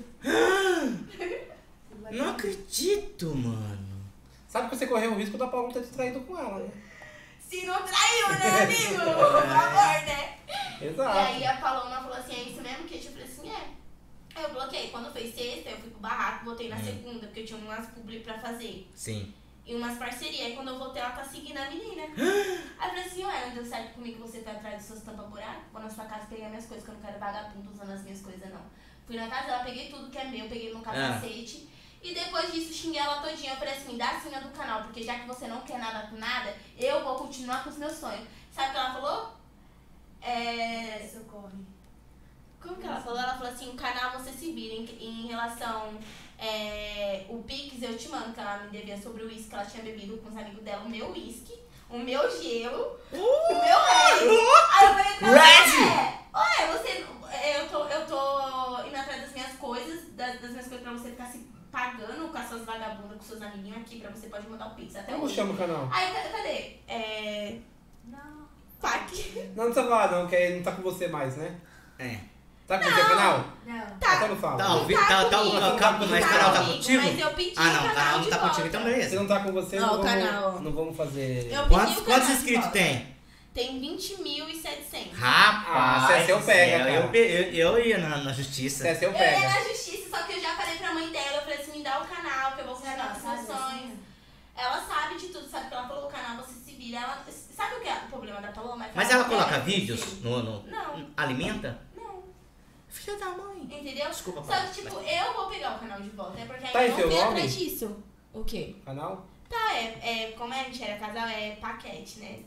Não acredito, mano. Sabe que você correu o risco da Paula ter te traído com ela, né? Se não traiu, né, amigo? Por favor, né? E Exato. aí a Paloma falou assim, é isso mesmo, Kate? Eu falei assim, é. Aí eu bloqueei. Quando foi sexta, eu fui pro barraco, voltei na Hum. segunda, porque eu tinha umas publi pra fazer. Sim. E umas parcerias. Aí quando eu voltei, ela tá seguindo a menina. Aí eu falei assim, ué, não deu certo comigo, você foi atrás dos seus tampa-buraco? Vou na sua casa pegar minhas coisas, que eu não quero vagabundo usando as minhas coisas, não. Fui na casa dela, peguei tudo que é meu, peguei meu capacete. E depois disso, xinguei ela todinha. Eu falei assim, me dá a senha do canal, porque já que você não quer nada com nada, eu vou continuar com os meus sonhos. Sabe o que ela falou? É... Socorre. Como que ela falou? Ela falou assim, o canal você se vira em, em relação... É, o Pix eu te mando, que ela me devia sobre o uísque que ela tinha bebido com os amigos dela, o meu uísque, o meu gelo, o meu Red. Aí eu falei pra ela, Red! é, olha, você, eu tô, eu tô indo atrás das minhas coisas, das, das minhas coisas pra você ficar se pagando com as suas vagabundas, com seus amiguinhos aqui, pra você pode mandar o Pix até Como hoje. chama o canal? Aí, ca- cadê? É... Não. Pac. Não, não precisa falar não, que aí não tá com você mais, né? É. Tá com o seu canal? Não. Tá. Então não fala. Tá, ouvi- Não tá, tá, comigo, tá, tá, não mas tá o canal tá comigo, contigo? mas eu pedi Ah, não, o o canal canal não de tá contigo, volta. então Se beleza. não tá com você, Ó, não, o vamos, canal. não vamos fazer... Eu- Quantos, pedi o quantos canal de inscritos volta. tem? Tem vinte mil e setecentos. Rapaz, Ah, se é seu, pega, eu, cara. pe- eu, eu ia na, na justiça. Se é seu, Eu ia pega. na justiça, só que eu já falei pra mãe dela, eu falei assim, me dá o canal, que eu vou continuar com os meus sonhos. Ela sabe de tudo, sabe que ela falou o canal, você se vira. Ela, sabe o que é o problema da Paloma? É que Mas ela ela não coloca quer vídeos crescer. no, no... Não, Alimenta? não. Filha da mãe. Entendeu? Desculpa, Só pai. que, tipo, eu vou pegar o canal de volta, é porque Tá aí em eu seu não fui nome? atrás disso. O quê? Canal? Tá, é, é, como é, a gente era casal, é paquete, né?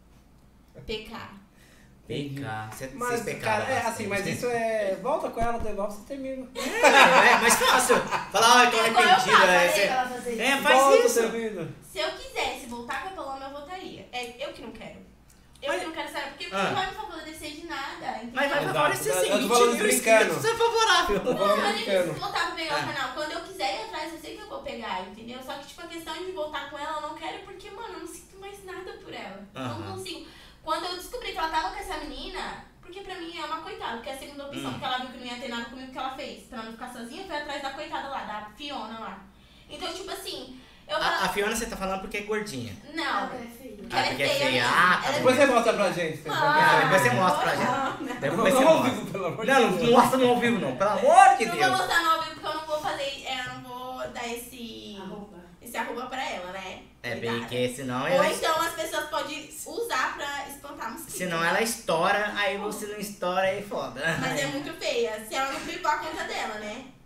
P K. P K. Cê- Mas, Vocês pecaram cara, é bastante, assim, mas né? isso é... Volta com ela, devolve, você termina. É, é mais fácil. Falar, ai, tô É igual eu arrependido. faço, É, né? cê- Ela fazer isso. é, faz Volta, isso. termina. Se eu quisesse voltar com a Paloma, eu voltaria. É eu que não quero. Eu Mas- que não quero saber, porque Ah. não vai me favorecer de nada, entendeu? Mas vai Exato. favorecer Eu- sim. eu tô falando vinte mil brincando. inscritos, isso é favorável. Tô Não, falando eu nem preciso brincando. voltar pra pegar Ah. o canal. Quando eu quiser ir atrás, eu sei que eu vou pegar, entendeu? Só que, tipo, a questão de voltar com ela, eu não quero porque, mano, eu não sinto mais nada por ela. Aham. Não consigo. Quando eu descobri que ela tava com essa menina, porque pra mim é uma coitada, porque é a segunda opção, Hum. porque ela viu que não ia ter nada comigo, que ela fez. Pra não ficar sozinha, foi atrás da coitada lá, da Fiona lá. Então, tipo assim, eu A, falo... a Fiona você tá falando porque é gordinha. Não, Ela é feia. porque Ah, ela é porque é feia feia. mesmo. Ah, tá Ela é Depois você feia. mostra pra gente. Você Ah, depois você mostra pra não, gente. não. Depois Não, você não ao mostra. vivo, pelo amor de Não, Deus. não mostra no ao vivo não, pelo amor de Não vou Deus. mostrar no ao vivo porque eu não vou fazer, é, eu não vou dar esse, Arroba. esse arroba pra ela, né? É Cuidado. porque senão Ou ela, então as pessoas podem usar pra espantar mosquito. senão ela estoura, aí você não estoura, aí foda. Mas é muito feia, se ela não privou a conta dela, né?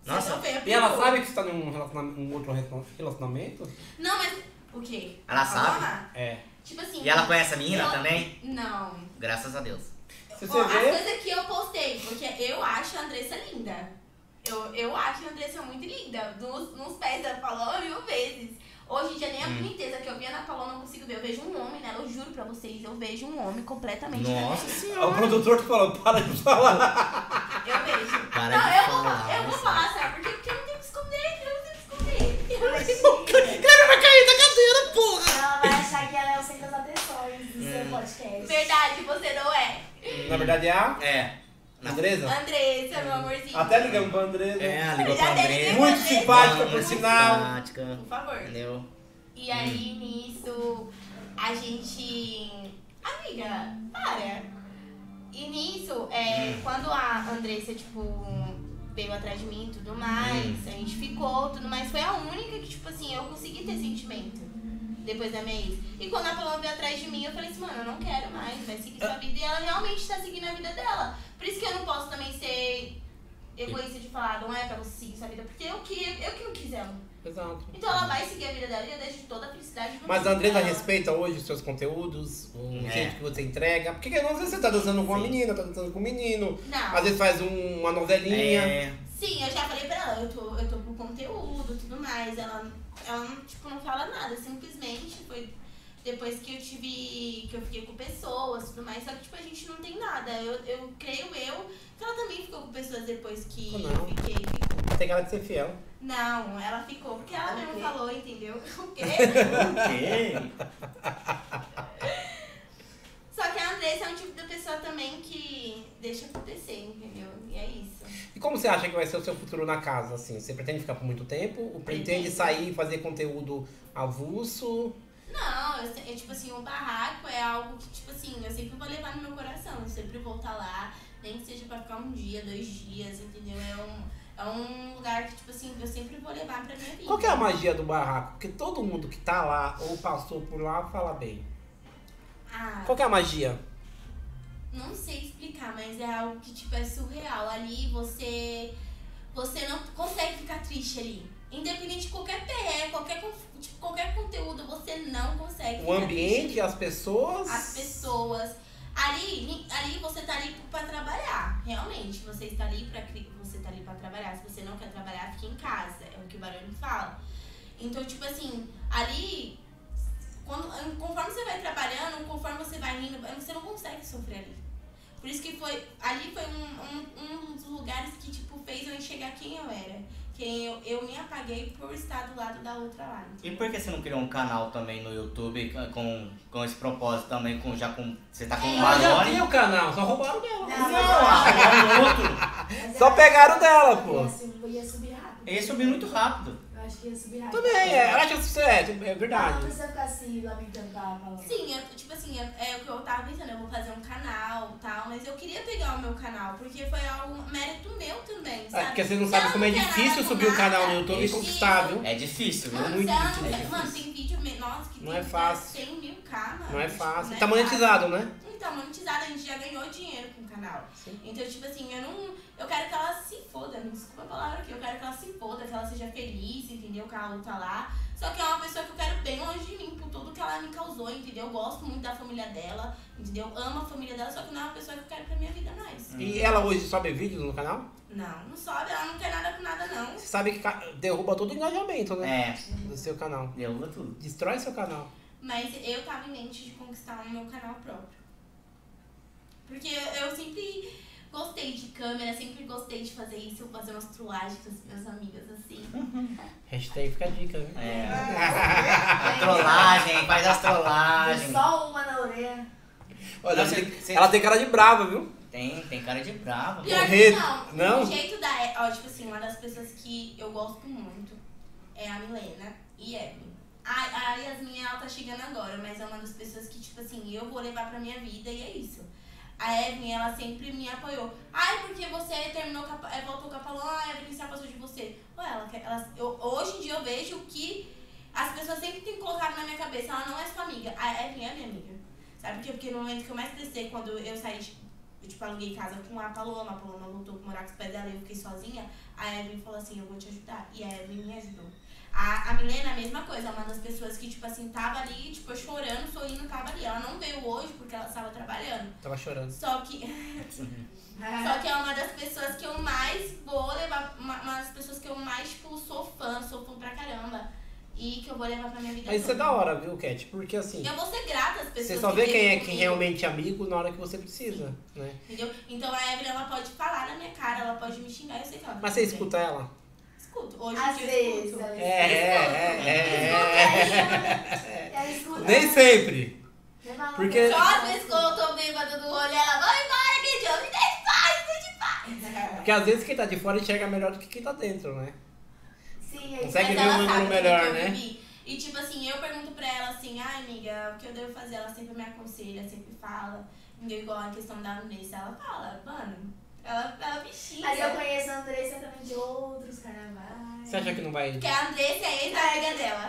Nossa, Essa foi a E ela pior. sabe que você tá num relacionamento, um outro relacionamento? Não, mas. O quê? Ela A sabe? Paloma? É. Tipo assim. E ela conhece a menina eu- também? Não. Graças a Deus. Se Ó, você as vê... coisas que eu postei, porque eu acho a Andressa linda. Eu, eu acho a Andressa muito linda. Nos, nos pés da Paloma mil vezes. Hoje em dia nem a Hum. boniteza que eu via na Paloma eu não consigo ver. Eu vejo um homem nela, eu juro pra vocês, eu vejo um homem completamente Nossa diferente. É o produtor que falou, para de falar. Eu vejo. Para não, de eu vou, falar, eu vou você. falar, sabe? Porque, porque eu não tenho que esconder, eu não tenho que esconder. Eu não Mas, tenho- tia, Ela vai cair da cadeira, porra! ela vai achar que ela é o centro das atenções do Hum. seu podcast. Verdade, você não é. Na verdade é a É. Andresa. Andressa, meu amorzinho. Até ligamos pra Andresa. É, ligou Já pra deve André. ter Muito você. simpática, por Muito sinal. simpática. Por favor. Entendeu? E aí, nisso, a gente... Amiga, para. E nisso, é, quando a Andressa, tipo, veio atrás de mim e tudo mais, a gente ficou, tudo mais, foi a única que, tipo assim, eu consegui ter sentimento depois da minha ex. E quando a Paloma veio atrás de mim, eu falei assim, mano, eu não quero mais, vai seguir sua vida. E ela realmente tá seguindo a vida dela. Por isso que eu não posso também ser egoísta de falar, não é pra você seguir sua vida, porque eu que, eu que não quis ela. Exato. Então ela vai seguir a vida dela e eu deixo toda a felicidade do Mas mundo a Andresa dela. respeita hoje os seus conteúdos, o É. jeito que você entrega. Porque que às vezes você tá dançando com uma Sim. menina, tá dançando com um menino. Não. Às vezes faz um- uma novelinha. É. Sim, eu já falei pra ela, eu tô, eu tô pro conteúdo e tudo mais. Ela, ela não, tipo, não fala nada, simplesmente foi depois que eu tive. Que eu fiquei com pessoas e tudo mais, só que tipo, a gente não tem nada. Eu, eu creio eu que ela também ficou com pessoas depois que Não. eu fiquei. Ficou. Tem cara de ser fiel. Não, ela ficou, porque ela mesmo Ok. falou, entendeu? O quê? Ok. Só que a Andressa é um tipo de pessoa também que deixa acontecer, entendeu? E é isso. E como você acha que vai ser o seu futuro na casa, assim? Você pretende ficar por muito tempo? Ou pretende Pretendo. sair e fazer conteúdo avulso? Não, eu, se- é tipo assim, o barraco é algo que, tipo assim, eu sempre vou levar no meu coração. Eu sempre vou estar lá, nem que seja pra ficar um dia, dois dias, entendeu? É um, é um lugar que, tipo assim, eu sempre vou levar pra minha vida. Qual que é a magia do barraco? Porque todo mundo que tá lá ou passou por lá fala bem. Ah, Qual que é a magia? não sei explicar, mas é algo que, tipo, é surreal. Ali você, você não consegue ficar triste ali. Independente de qualquer P R, qualquer, conf- tipo, qualquer conteúdo, você não consegue O ficar ambiente, triste. as pessoas. As pessoas. Ali, ni- ali você tá ali pra trabalhar, realmente. Você está ali pra, cri- você tá ali pra trabalhar. Se você não quer trabalhar, fique em casa. É o que o Barone fala. Então, tipo assim, ali, quando, conforme você vai trabalhando, conforme você vai indo, você não consegue sofrer ali. Por isso que foi, ali foi um, um, um dos lugares que, tipo, fez eu enxergar quem eu era. Quem eu, eu me apaguei por estar do lado da outra lá. E por que você não criou um canal também no YouTube com, com esse propósito também, com, já com. Você tá com o Ela já Barone? tem o canal, só roubaram dela. Não, Não, ah, o outro. Mas Só eu pegaram acho dela, que pô. Ia, sub- ia subir rápido. Ele subiu muito rápido. Eu acho que ia subir rápido. Também, é, ela acha que isso é, é Ela não verdade. precisa ficar se lamentando pra falar. Sim, eu, tipo assim, é, é o que eu tava pensando, eu vou fazer um canal e tal, mas eu queria pegar o meu canal, porque foi algo mérito meu também, É, sabe? porque você não Se sabe ela como é quer difícil nada com subir um canal no nada, YouTube e isso. conquistar, viu? É difícil, viu? Mano, muito se ela não difícil. quer- É mano, difícil. tem vídeo, me- nossa, que Não tem é fácil. cem mil K, mano. Não é tipo, fácil. não é Tá monetizado, né? Então, monetizado, a gente já ganhou dinheiro com o canal. Sim. Então, tipo assim, eu não. Eu quero que ela se foda, me desculpa a palavra aqui, eu quero que ela se foda, que ela seja feliz, entendeu? Que ela luta lá. Só que é uma pessoa que eu quero bem longe de mim, por tudo que ela me causou, entendeu? Eu gosto muito da família dela, entendeu? Amo a família dela, só que não é uma pessoa que eu quero pra minha vida mais. E ela hoje sobe vídeos no canal? Não, não sobe, ela não quer nada com nada, não. Você sabe que ca- derruba todo o engajamento, né? É, Do seu canal. derruba tudo. Destrói seu canal. Mas eu tava em mente de conquistar o meu canal próprio. Porque eu, eu sempre gostei de câmera, sempre gostei de fazer isso, fazer umas trollagens com as minhas amigas, assim. Hashtag fica a dica, viu? É. A trollagem, faz as trollagens. Só uma na orelha. Olha, Não, ela, você- tem, você- ela tem cara de brava, viu? Tem, tem cara de brava. Pior Correr, que não. não? O jeito da... Ó, tipo assim, uma das pessoas que eu gosto muito é a Milena e Evelyn. A, a Yasmin, ela tá chegando agora, mas é uma das pessoas que, tipo assim, eu vou levar pra minha vida e é isso. A Evelyn, ela sempre me apoiou. Ai, porque você terminou, com a, é, voltou com a Paloma, a Evelyn se afastou de você. Ué, ela, quer- ela, eu, hoje em dia eu vejo que as pessoas sempre têm colocado na minha cabeça, ela não é sua amiga. A Evelyn é minha amiga. Sabe por quê? Porque no momento que eu mais crescer, quando eu saí de... Eu, tipo, aluguei casa com a Paloma, a Paloma voltou pra morar com os pais dela e eu fiquei sozinha. A Evelyn falou assim, eu vou te ajudar. E a Evelyn me ajudou. A, a Milena, a mesma coisa, uma das pessoas que, tipo assim, tava ali, tipo, eu chorando, sorrindo, tava ali. Ela não veio hoje porque ela estava trabalhando. Tava chorando. Só que... Só que é uma das pessoas que eu mais vou levar, uma, uma das pessoas que eu mais, tipo, sou fã, sou fã pra caramba. E que eu vou levar pra minha vida Mas isso é toda. da hora, viu, Cat? Porque assim, Eu vou ser grata às pessoas você só que vê quem é esteve quem comigo, realmente é amigo na hora que você precisa, né? entendeu? Então a Evelyn, ela pode falar na minha cara, ela pode me xingar, eu sei que ela Mas vai você fazer. escuta ela? Escuto. Hoje Às em dia eu vezes, escuto. ela É, é, é, Ela escuta. Nem sempre. Porque- Só às vezes quando eu tô bêbada do rolê, ela vai embora, que dia, me deixa em paz, me deixa em paz. Porque às vezes quem tá de fora enxerga melhor do que quem tá dentro, né? Sim, aí Consegue Mas ver ela um ângulo sabe tudo melhor, que eu né? vivi. E tipo assim, eu pergunto pra ela assim, ai amiga, o que eu devo fazer? Ela sempre me aconselha, sempre fala. Entendeu? Igual a questão da Andressa, ela fala, mano, ela, ela me xinga. Mas eu conheço a Andressa também de outros carnavais. Você acha que não vai... Porque a Andressa é ex-amiga dela.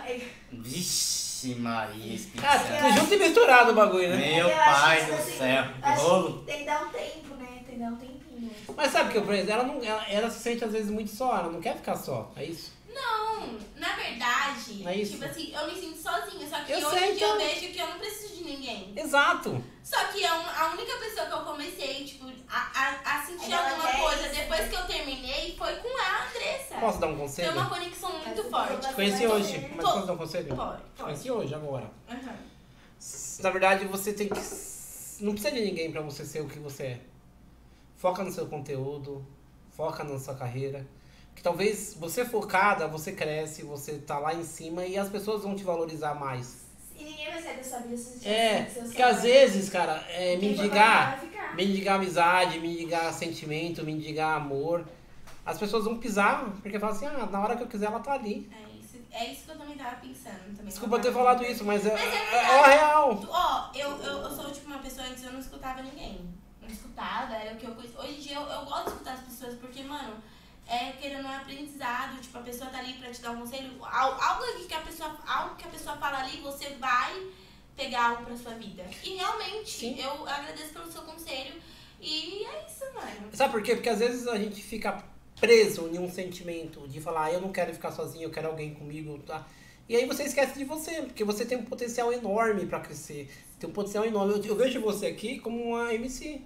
Vixe Maria, Espírito Ah, Santo. tudo junto e misturado o bagulho, né? Meu Eu acho pai que, do assim, céu, eu que acho rolo. que tem que dar um tempo, né? Tem que dar um tempinho. Mas sabe o que eu penso? Ela, não, ela, ela se sente às vezes muito só, ela não quer ficar só, é isso? Não, na verdade, É isso? tipo assim, eu me sinto sozinha. Só que Eu hoje sei, em dia eu então. vejo que eu não preciso de ninguém. Exato. Só que a, un- a única pessoa que eu comecei, tipo, a, a, a sentir Ela alguma quer coisa isso. depois que eu terminei foi com a Andressa. Posso dar um Tem conselho? uma conexão muito Mas forte. eu Conheci Pode hoje, ser. mas posso dar um conselho? Pode, pode. Conheci hoje, agora. Aham. Na verdade, você tem que... Não precisa de ninguém pra você ser o que você é. Foca no seu conteúdo, foca na sua carreira. Que talvez você focada, você cresce, você tá lá em cima e as pessoas vão te valorizar mais. E ninguém vai sair da sua vida se você É, se você porque às vezes, cara, é Quem for mendigar, pra ficar, vai ficar. mendigar amizade, mendigar sentimento, mendigar amor. As pessoas vão pisar, porque falam assim, ah, na hora que eu quiser ela tá ali. É isso, é isso que eu também tava pensando. Também Desculpa tava ter falado isso, mas é, Mas é é, verdade. é o real. Ó, eu, eu, eu sou tipo uma pessoa, antes eu não escutava ninguém. Não escutava, era o que eu conhecia. Hoje em dia eu, eu gosto de escutar as pessoas, porque, mano, é querendo um aprendizado, tipo, a pessoa tá ali pra te dar um conselho. Al- Algo que a pessoa, algo que a pessoa fala ali, você vai pegar algo pra sua vida. E realmente, Sim. eu agradeço pelo seu conselho. E é isso, mano. Sabe por quê? Porque às vezes a gente fica preso em um sentimento de falar, ah, eu não quero ficar sozinho, eu quero alguém comigo, tá? E aí você esquece de você, porque você tem um potencial enorme pra crescer. Tem um potencial enorme. Eu, eu vejo você aqui como uma M C.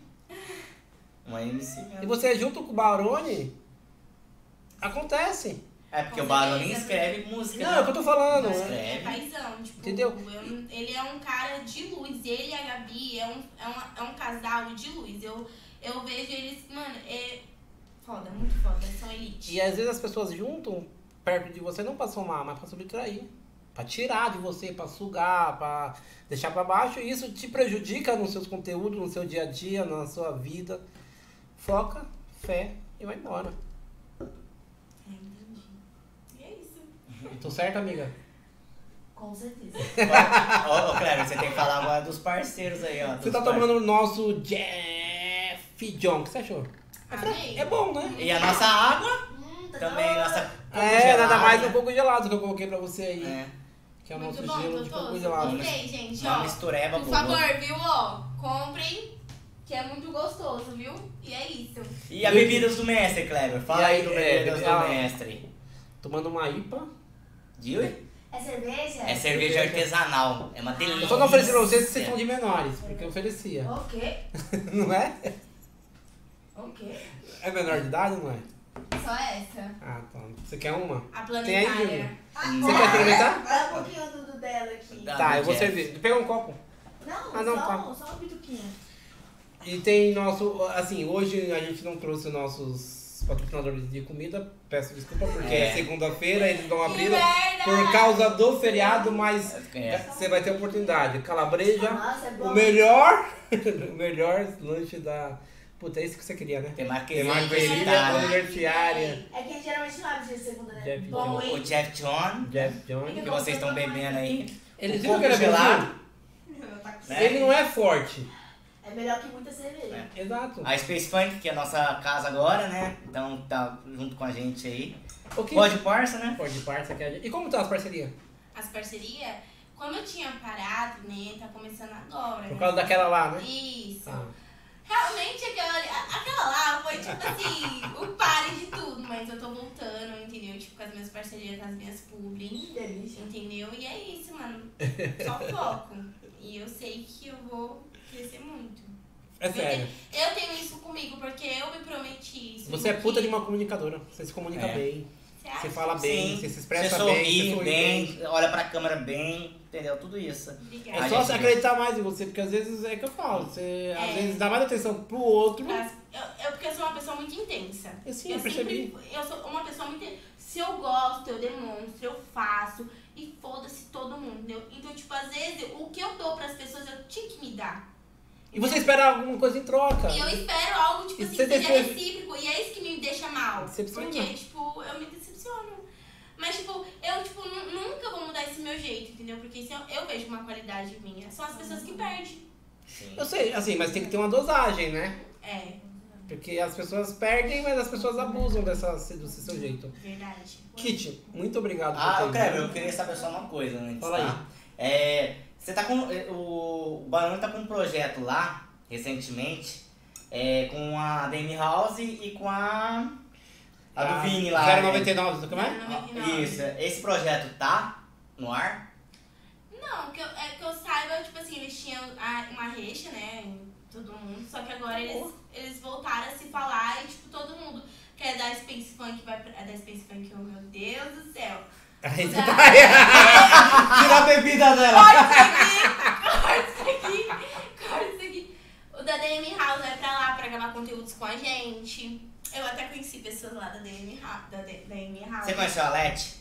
Uma M C E mesmo. você junto com o Barone, acontece. É porque Com o Barone certeza. escreve música. Não, é o que eu tô falando. Mas né? é. É paizão, tipo, Entendeu? eu- ele é um cara de luz. Ele e a Gabi é um, é uma, é um casal de luz. Eu, eu vejo eles, mano, é foda, muito foda, são elite. E às vezes as pessoas juntam perto de você não pra somar, mas pra subtrair. Pra tirar de você, pra sugar, pra deixar pra baixo. E isso te prejudica nos seus conteúdos, no seu dia a dia, na sua vida. Foca, fé e vai embora. É, entendi. E é isso. Tô certo, amiga? Com certeza. Ô, ô, Cleber, você tem que falar agora dos parceiros aí, ó. Você dos tá parce- tomando o nosso Jeff John. O que você achou? É, fra- Amei. é bom, né? E a nossa água Hum, tá também, bom. nossa. É, nada mais um pouco pouco gelado que eu coloquei pra você aí. É. Que é o Muito nosso bom, gelo de coco gostoso. gelado. Gostei, gente, Uma ó. mistureba Por boa. favor, viu, ó, comprem, que é muito gostoso, viu? E é isso. E a bebidas do mestre, Cleber? Fala E aí aí, do é, bebidas ela- do mestre. Tomando uma I P A. Viu? É cerveja? É cerveja artesanal. É uma delícia. Eu só não ofereci pra vocês que vocês são de menores, porque eu oferecia. O quê? Não é? O quê? É menor de idade ou não é? Só essa. Ah, tá. Você quer uma? A Tem aí, planetária. Júlio? Hum. Você quer experimentar? Dá um pouquinho do, do dela aqui. Dá. Tá, do eu vou Jeff. servir. Pega um copo. Não, Ah, não, só, tá. só uma bituquinha. E tem nosso... Assim, hoje a gente não trouxe os nossos patrocinadores de comida. Peço desculpa, porque é, É. segunda-feira, eles vão Que abrir merda! por causa do feriado, mas É. você vai ter oportunidade. Calabreja, Nossa, é bom. o melhor, o melhor lanche da... Puta, é isso que você queria, né? Tem Tem marquezinha marqueria universitária. universitária. É que a gente geralmente não abre dia de segunda, né? Jeff Bom, John. O hein? Jeff John, Jeff John. que vocês estão bebendo aí. Ele O viu que ele é coco gelado. bonzinho? Tá com Né? Ele não é forte. É melhor que muita cerveja. É. Exato. A Space Funk, que é a nossa casa agora, né? Então tá junto com a gente aí. O que... Pode parça, né? Pode parça que a gente... E como tá as parcerias? As parcerias, como eu tinha parado, né, tá começando agora. Por né? causa daquela lá, né? Isso. Ah. Realmente aquela, ali- a- aquela lá foi tipo assim, o pare de tudo, mas eu tô voltando, entendeu? Tipo, com as minhas parcerias, com as minhas publi, Delícia. entendeu? E é isso, mano. Só foco. E eu sei que eu vou crescer muito. É sério. Eu tenho isso comigo, porque eu me prometi isso. Você é que- puta de uma comunicadora. Você se comunica É. bem. Você acha? Você fala bem, Sim, você se você expressa sorri bem, você sorri bem, olha pra câmera bem, entendeu? Tudo isso. Obrigada. É A só gente você acreditar mais em você, porque às vezes é que eu falo, você às É. vezes dá mais atenção pro outro. Mas Eu, eu, porque eu sou uma pessoa muito intensa. Eu sim, eu eu percebi. sempre, eu sou uma pessoa muito intensa. Se eu gosto, eu demonstro, eu faço. E foda-se todo mundo, entendeu? Então, tipo, às vezes, o que eu dou pras pessoas, eu tinha que me dar. E você espera alguma coisa em troca. E eu espero algo, tipo E assim, você que seja depois- recíproco. E é isso que me deixa mal. Decepciona. Porque, tipo, eu me decepciono. Mas, tipo, eu, tipo, nu- nunca vou mudar esse meu jeito, entendeu? Porque se eu, eu vejo uma qualidade minha. São as pessoas que perdem. Sim. Eu sei, assim, mas tem que ter uma dosagem, né? É, Porque as pessoas perdem, mas as pessoas abusam dessa, do seu jeito. verdade. Kit, muito obrigado por Ah, ter eu quero, vindo. eu queria saber só uma coisa antes, Fala tá? É, você tá com. é, O, o Barone tá com um projeto lá, recentemente, é, com a Dame House e com a. A do Vini lá. zero né? noventa e nove, do que mais? zero noventa e nove. Isso, esse projeto tá no ar? Não, que eu, é que eu saiba, tipo assim, eles tinham a- uma rixa, né, em todo mundo, só que agora eles, eles voltaram a se falar e, tipo, todo mundo quer dar Space Funk, vai pra... É da Space Funk, oh meu Deus do céu. Aí você Da- tá aí. Tira a bebida dela! Corta isso aqui, corta isso aqui, corta isso aqui. O da D M House vai pra lá pra gravar conteúdos com a gente. Eu até conheci pessoas lá da D M House. Da D- da D M House. Você conheceu a Leti?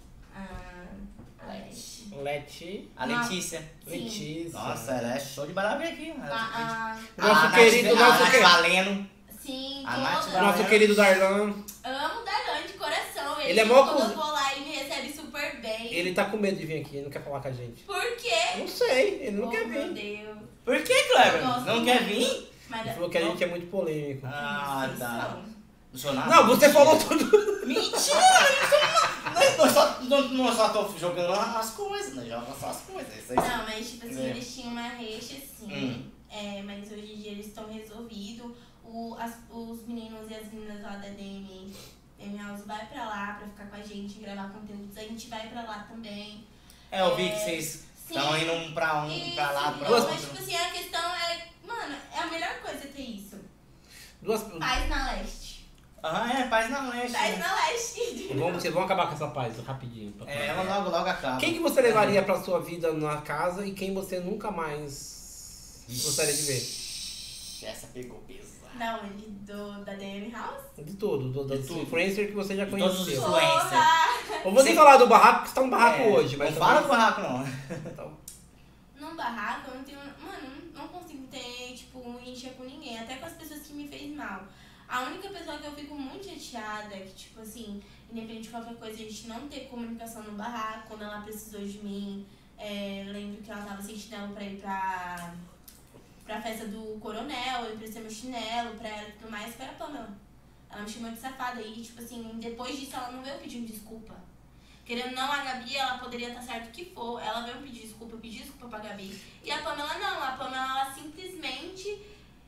Ah, Alex. Leti, A Não. Letícia? Sim. Letícia. Nossa, ela é show de maravilha aqui. Ela- Ah, ah, Nosso a querido, Nath, nosso a Nath querido. Valeno. sim, A Nath todas. vai- Nosso querido Darlan. Amo o Darlan de coração. Ele, Ele é mó quando cuzão. eu vou lá, ele me recebe super bem. Ele tá com medo de vir aqui, ele não quer falar com a gente. Por quê? Não sei, ele não oh, quer meu vir. Deus. Por que, Kleber? Eu gosto Não muito. quer vir? Mas Ele falou que a gente é muito polêmico. Ah, Vocês tá. são. Não sou nada? Não, você falou tudo. Mentira! Não, eu só, não, não só tô jogando as coisas, né? Joga só as coisas. Isso aí. Não, mas tipo assim, É. eles tinham uma rixa sim. Hum. É, mas hoje em dia eles estão resolvidos. O, as, os meninos e as meninas lá da D M, D M House vai pra lá pra ficar com a gente, gravar conteúdos. A gente vai pra lá também. É, eu vi É, que vocês sim. estão indo um pra um, Isso, pra lá, pra não, outro. mas tipo assim, a questão é, mano, é a melhor coisa ter isso. Duas... Paz na leste. Aham, é, paz na leste. Paz né? na leste. Vamos, vocês vão acabar com essa paz rapidinho. pra- É, ela logo, logo acaba. Quem que você levaria pra sua vida na casa e quem você nunca mais gostaria de ver? Essa pegou pesado. Da onde? Do, da D M House? De tudo, do, dos tudo. influencers que você já De todos os conheceu. influencers. Porra! Eu vou nem falar do barraco, que você tá no barraco É, hoje, mas não fala do barraco, não. Então, Num barraco, eu não tenho. Mano, não consigo ter, tipo, um rincha com ninguém. Até com as pessoas que me fez mal. A única pessoa que eu fico muito chateada, que, tipo assim, independente de qualquer coisa, a gente não ter comunicação no barraco. Quando ela precisou de mim, é, lembro que ela tava sem chinelo pra ir pra, pra festa do coronel. Eu emprestei meu chinelo pra ela e tudo mais. Foi a Pamela. Ela me chamou de safada. E, tipo assim, depois disso, ela não veio pedindo desculpa. Querendo ou não, a Gabi, ela poderia estar certo o que for. Ela veio pedir desculpa, eu pedi desculpa pra Gabi. E a Pamela não. A Pamela, ela simplesmente...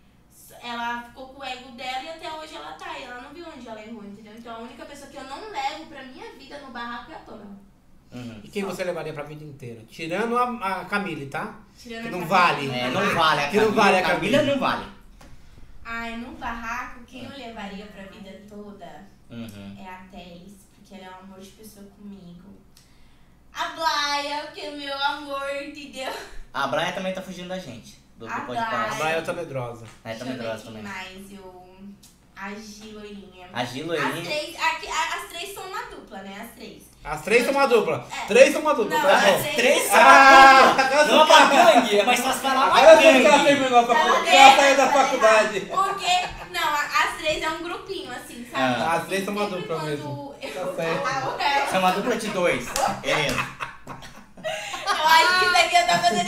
Ela ficou com o ego dela e até hoje ela tá. E ela não viu onde ela errou, entendeu? Então a única pessoa que eu não levo pra minha vida no barraco é a Pamela. Uhum. e quem você levaria pra vida inteira? Tirando a, a Camille, tá? Tirando Que a não Gabi vale. do É, barraco. não vale a Que não Camila. vale a Camila Camila. não vale. Ai, no barraco, quem eu levaria pra vida toda Uhum. é a Teles, porque ela é um amor de pessoa comigo. A Blaia, que é meu amor, entendeu? A Brian também tá fugindo da gente. Do, do A podcast. A Ai. Braia tá medrosa. É, tá Deixa eu ver medrosa quem também. mais, eu... A Gi Loirinha. A As Giloirinha. três, aqui, a- as três são uma dupla, né? As três. As três são uma dupla. É. Três são uma dupla, Não, tá as bom. três- Três são Ah, uma dupla. Não é uma gangue, é mais fácil falar uma Agora você que ela gangue. terminou a Não, faculdade. deixa, Ela saiu da tá faculdade. errado. Porque, não, a- as três é um grupinho, assim, sabe? Ah, as três são uma Sempre dupla quando mesmo. Eu, Tá certo. Isso é uma dupla de dois. Beleza. eu acho que isso aqui eu tô fazendo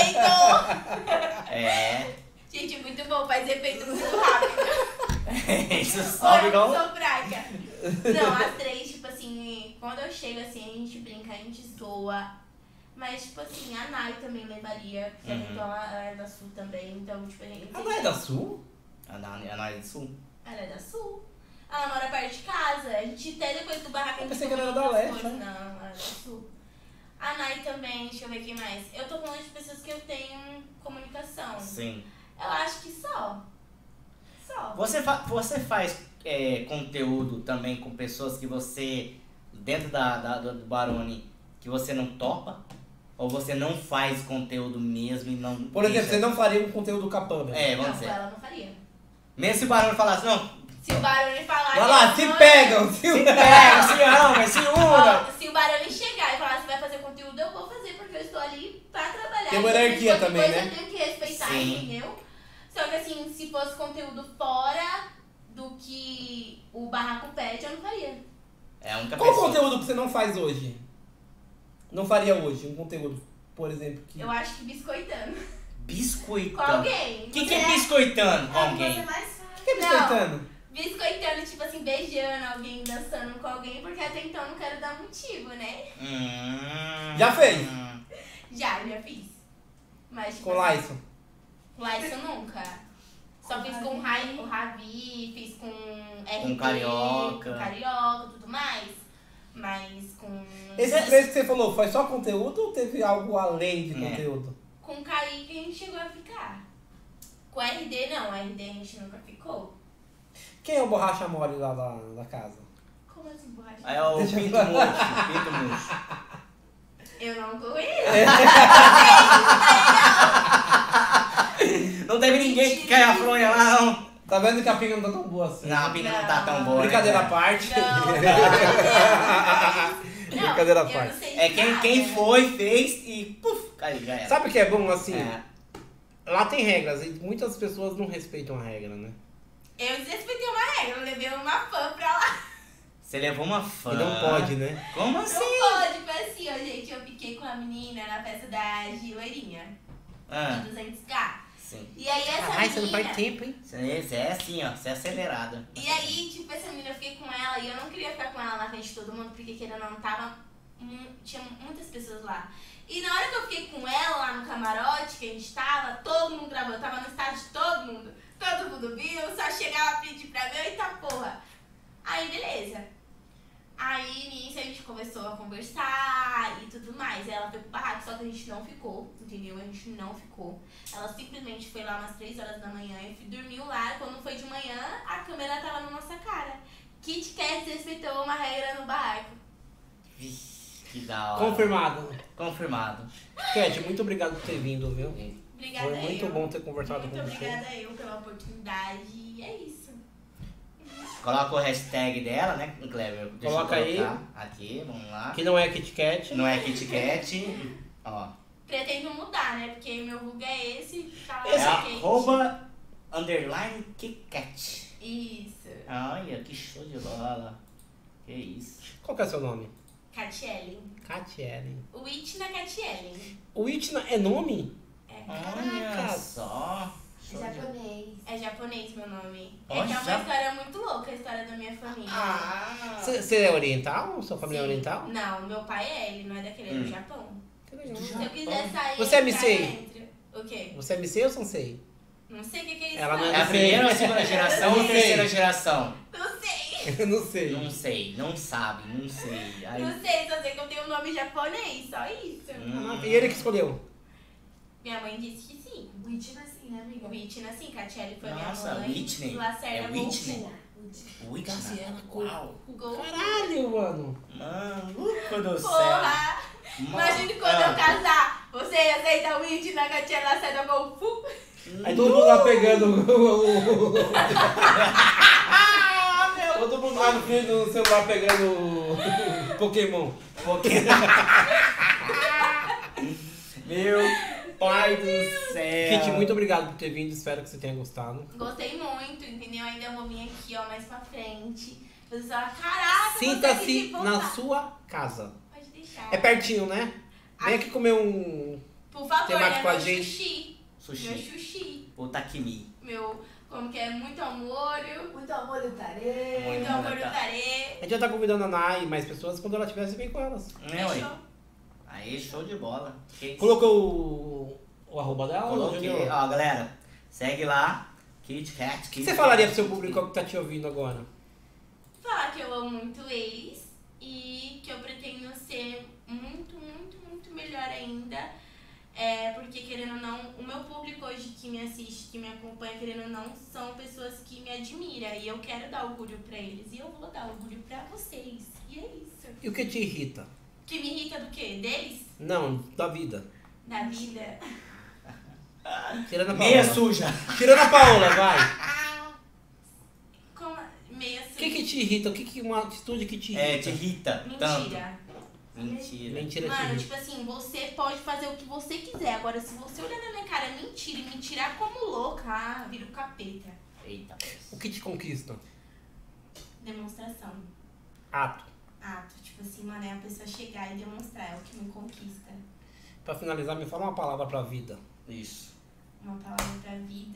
efeito. É. Gente, muito bom, faz efeito muito rápido. Isso sobe Eu igual. sou fraca. Não, as três, tipo assim, quando eu chego assim, a gente brinca, a gente zoa. Mas, tipo assim, a Nai também levaria, porque Uhum. então ela é da Sul também, então, tipo, a gente... Ah, não é da Sul? A Nai a Nai é do Sul? Ela é da Sul. Ela mora perto de casa. A gente até depois do barraco... Eu a gente pensei que ela era combinou da umas Leste, coisas. né? Não, ela é da Sul. A Nai também, deixa eu ver quem mais. Eu tô falando de pessoas que eu tenho comunicação. Sim. Eu acho que só. Só. Você, fa você faz é, conteúdo também com pessoas que você, dentro da, da, do Barone, que você não topa? Ou você não faz conteúdo mesmo e não... Por exemplo, deixa- você não faria um conteúdo com a Pamela. É, Não, vamos com dizer. ela não faria. Mesmo se o Barone falasse, não, Se o Barone falar... Vai lá, eu se vou- pegam, se se pega, se ama, se una. Ó, se o Barone chegar e falar se vai fazer conteúdo, eu vou fazer, porque eu estou ali pra trabalhar. Tem uma Então, hierarquia qualquer também, coisa né? Eu tenho que respeitar, Sim. entendeu? Só que assim, se fosse conteúdo fora do que o barraco pede, eu não faria. É a única Qual pessoa. conteúdo que você não faz hoje? Não faria hoje? Um conteúdo, por exemplo, que... Eu acho que biscoitando. Com Biscoitando. alguém. O que, que Você- é biscoitando com É o que você alguém? mais faz. O que é biscoitando? Biscoitando, tipo assim, beijando alguém, dançando com alguém, porque até então eu não quero dar motivo, né? Hum, Já fez? hum. Já, já fiz. Mas, tipo Com assim, Lyson. Lyson nunca. Só Com fiz com o Rai- o Ravi, fiz com R Com T, Carioca. com Carioca, tudo mais. Mas com... Esses três que você falou, foi só conteúdo ou teve algo além de É. conteúdo? Com o Kaique a gente chegou a ficar. Com o R D não, o R D a gente nunca ficou. Quem é o borracha mole lá da, da casa? Como assim, borracha? É o Deixa eu Pinto falar. Murcho, Pinto Murcho. Eu não conheço. Não teve ninguém que cai a fronha lá, não. Tá vendo que a pinga não tá tão boa assim? Não, a pinga não tá tão boa. Brincadeira à né? parte. Não, não, Brincadeira à eu parte. não sei de É quem, nada. quem foi, fez e puf, caiu, já era. Sabe o que é bom assim? É. Lá tem regras e muitas pessoas não respeitam a regra, né? Eu desrespeitei uma regra, eu levei uma fã pra lá. Você levou uma fã. E não pode, né? Como assim? Não pode, foi assim, ó, gente. Eu fiquei com a menina na festa da Giloeirinha, Ah, de duzentos K. sim. E aí essa Caralho, você não menina... perde tempo, hein? Você, você é assim, ó. Você é acelerada. E aí, tipo, essa menina, eu fiquei com ela e eu não queria ficar com ela na frente de todo mundo, porque querendo ou não, tava, mu- tinha muitas pessoas lá. E na hora que eu fiquei com ela lá no camarote, que a gente tava, todo mundo gravou, eu tava no estádio de todo mundo. Todo mundo viu, só chegava a pedir pra ver, eita porra. Aí, beleza. Aí, nisso, a gente começou a conversar e tudo mais. Ela foi pro barraco, só que a gente não ficou, entendeu? A gente não ficou. Ela simplesmente foi lá umas três horas da manhã e fui- dormiu lá. Quando foi de manhã, a câmera tava na nossa cara. Kit Kat respeitou uma regra no barraco. Vixe, que da hora. Confirmado. Confirmado. Cat, muito obrigado por ter vindo, viu? Obrigada Foi muito eu. bom ter conversado Muito com você. obrigada eu pela oportunidade. E é isso. Coloca o hashtag dela, né, Cleber? Deixa eu Coloca aí. colocar Aqui, vamos lá. Que não é Kit Kat. Não é Kit Kat. Ó. Pretendo mudar, né? Porque meu vulgo é esse. Tá É quente. arroba underline Kit Kat. Isso. Olha, que show de bola. Que isso. Qual que é seu nome? Catielen. Catielen. O Itna Catielen. O Itna é nome? É. Olha Caraca. só. É Show de- japonês. É japonês meu nome. Ó, É que é uma já- história muito louca, a história da minha família. Ah. Você é oriental? Sua família é Sim. oriental? Não, meu pai é, ele não é daquele, é do Hum. Japão. Que legal. Se eu quiser sair... Você é entrar Missei? dentro. O quê? Você é M C ou Sansei? Não sei o que, que é isso. Ela não É a primeira ou a segunda geração Não ou a sei. terceira geração? Não sei. Eu não sei. Não sei, não sabe, não sei. Aí, Não sei, só sei que eu tenho um nome japonês, só isso. Hum. E ele que escolheu? Minha mãe disse que sim. Whitney assim, né, amiga? O Whitney, assim, Catiele foi Nossa, minha mãe. Whitney. Lacerda É Whitney. Golfo. Whitney. Cassiana Uau. Golfo. Caralho, mano. Maluco do céu. Porra! Imagine quando eu Ah. casar, você aceita o Whitney na Catiele Lacerda Golfo? Aí todo mundo lá pegando o... Ah, meu. Todo mundo lá no fim do celular pegando o Pokémon. Meu pai do céu. Kit, muito obrigado por ter vindo. Espero que você tenha gostado. Gostei muito, entendeu? Ainda vou vir aqui, ó, mais pra frente. Você fala, caraca, Sinta-se você na sua casa. Pode deixar. É pertinho, né? Vem aqui comer um... Por favor, temático né? com a Meu gente. sushi. Meu Sushi. sushi. O Takimi. Meu, como que é? Muito amor. Muito amor e tarê. Muito Muito amor amor, e tá. tarê. A gente já tá convidando a Nai e mais pessoas. Quando ela tivesse, vem com elas. Né, ué? Fechou? Aí, show de bola. Que isso? Colocou o, o arroba dela? Coloquei. Júnior? Ó, galera, segue lá. Kit Kat, O Kit que você falaria pro seu público que tá te ouvindo agora? Falar que eu amo muito eles e que eu pretendo ser muito, muito, muito melhor ainda. É, porque, querendo ou não, o meu público hoje que me assiste, que me acompanha, querendo ou não, são pessoas que me admiram. E eu quero dar orgulho pra eles. E eu vou dar orgulho pra vocês. E é isso. E o que te irrita? O que me irrita do quê? Deles? Não, da vida. Da vida? Tirando a Meia Paola. suja. Tirando a Paola, vai. Como meia O que que te irrita? O que que uma atitude que te irrita? É, te irrita tanto. Mentira. Mentira. Mentira te Mano, irrita. tipo assim, você pode fazer o que você quiser. Agora, se você olhar na minha cara mentira e me tirar como louca, ah, vira o capeta. Eita. O que te conquista? Demonstração. Ato. Ato. Tipo assim, mano, é a pessoa chegar e demonstrar. É o que me conquista. Pra finalizar, me fala uma palavra pra vida. Isso. Uma palavra pra vida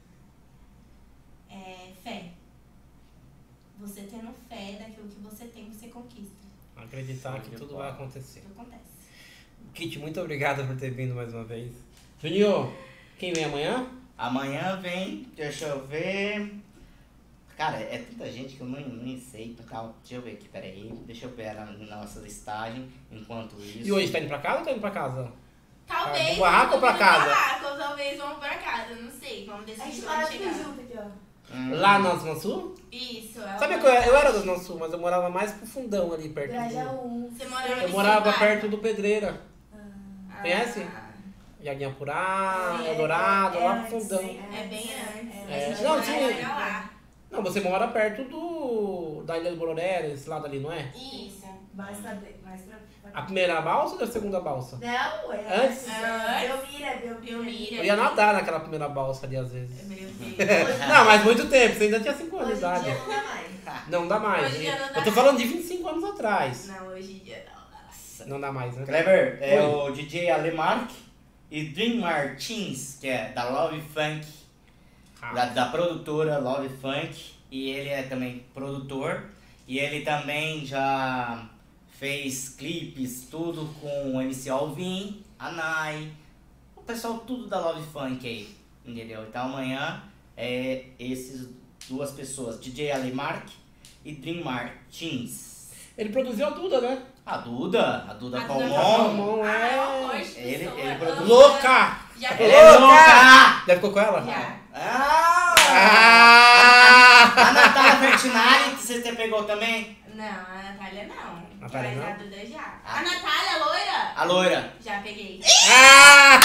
é fé. Você tendo fé daquilo que você tem, você conquista. Acreditar que tudo vai acontecer. Tudo acontece. Kit, muito obrigado por ter vindo mais uma vez. Juninho, quem vem amanhã? Amanhã vem, deixa eu ver. Cara, é tanta gente que eu nem, nem sei. Tal. Deixa eu ver aqui, peraí. Deixa eu ver na, na nossa listagem. Enquanto isso. E hoje tá indo pra casa ou tá indo pra casa? Talvez. do barraco ou pra do casa? barraco, ou talvez vamos pra casa, não sei. Vamos A decidir gente quando para tudo chegar. junto aqui, ó. Hum. Lá na Zona Sul? Isso. é Sabe uma- que eu, eu era da Zona Sul, mas eu morava mais pro fundão ali perto Grajaú. Você morava do... Eu em morava Silvânia? perto do Pedreira. Ah, Conhece? Jardim Apurá, É, Eldorado, é, lá é pro fundão. antes, É bem antes. É, A gente não, morava sim. lá. Não, você mora perto do... da Ilha do Bororé, esse lado ali, não é? Isso. Mais pra dentro, mais pra... A primeira balsa ou a segunda balsa? Não, é Antes? Belmira, Belmira. Belmira. Eu ia nadar naquela primeira balsa ali às vezes. Meu Deus. Não, mas muito tempo, você ainda tinha cinco anos de Hoje em idade. dia não dá mais. Não dá mais. Hoje em dia não dá Eu tô falando de vinte e cinco anos atrás. Não, hoje em dia não. Nossa. Não dá mais, né? Kleber, é Oi. o D J Alemark e Dream Martins, que é da Love Funk, Ah. da, da produtora Love Funk, e ele é também produtor, e ele também já fez clipes, tudo com o M C Alvin, a Nai, o pessoal tudo da Love Funk aí, entendeu? Então amanhã é esses duas pessoas, D J Alemark e Dream Martins. Ele produziu a Duda, né? A Duda, a Duda A Duda Calmon. Calmon, Ah, é uma é. forte pessoa. Ele- ele Amo. produz- Louca! Já Ele é louca! Já ficou com ela? Já. Ah! Ah! A Natália Fertinari, que você pegou também? Não, a Natália não. Natália Mas não? a Duda já. Ah. A Natália, a loira? A loira. Já peguei. Ah!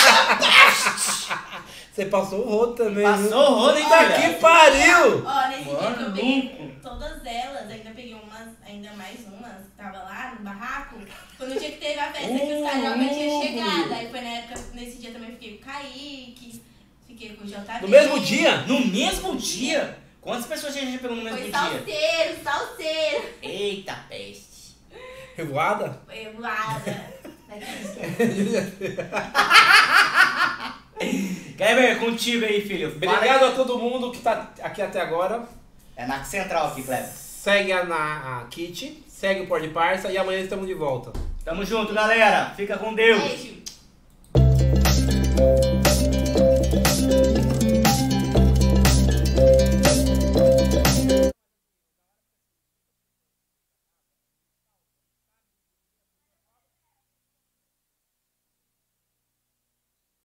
Você passou o rodo também. Passou viu? o rodo, hein, Puta filha? que pariu! Ó, nesse dia que eu Mano, peguei todas elas, ainda peguei umas, ainda mais umas, que tava lá no barraco. Foi no dia que teve a festa que os carioca tinham chegado. Aí foi na época, nesse dia também eu fiquei com o Kaique, fiquei com o J V. No mesmo dia? No mesmo dia? Quantas pessoas a gente pegou no mesmo Foi dia? salseiro, salseiro. Eita peste. Revoada? Foi voada. Kleber, contigo aí, filho. Fala Obrigado aí. a todo mundo que tá aqui até agora. É na central aqui, Kleber. Segue a, na, a Kit, segue o Pó de Parça e amanhã estamos de volta. Tamo junto, galera. Fica com Deus. Beijo.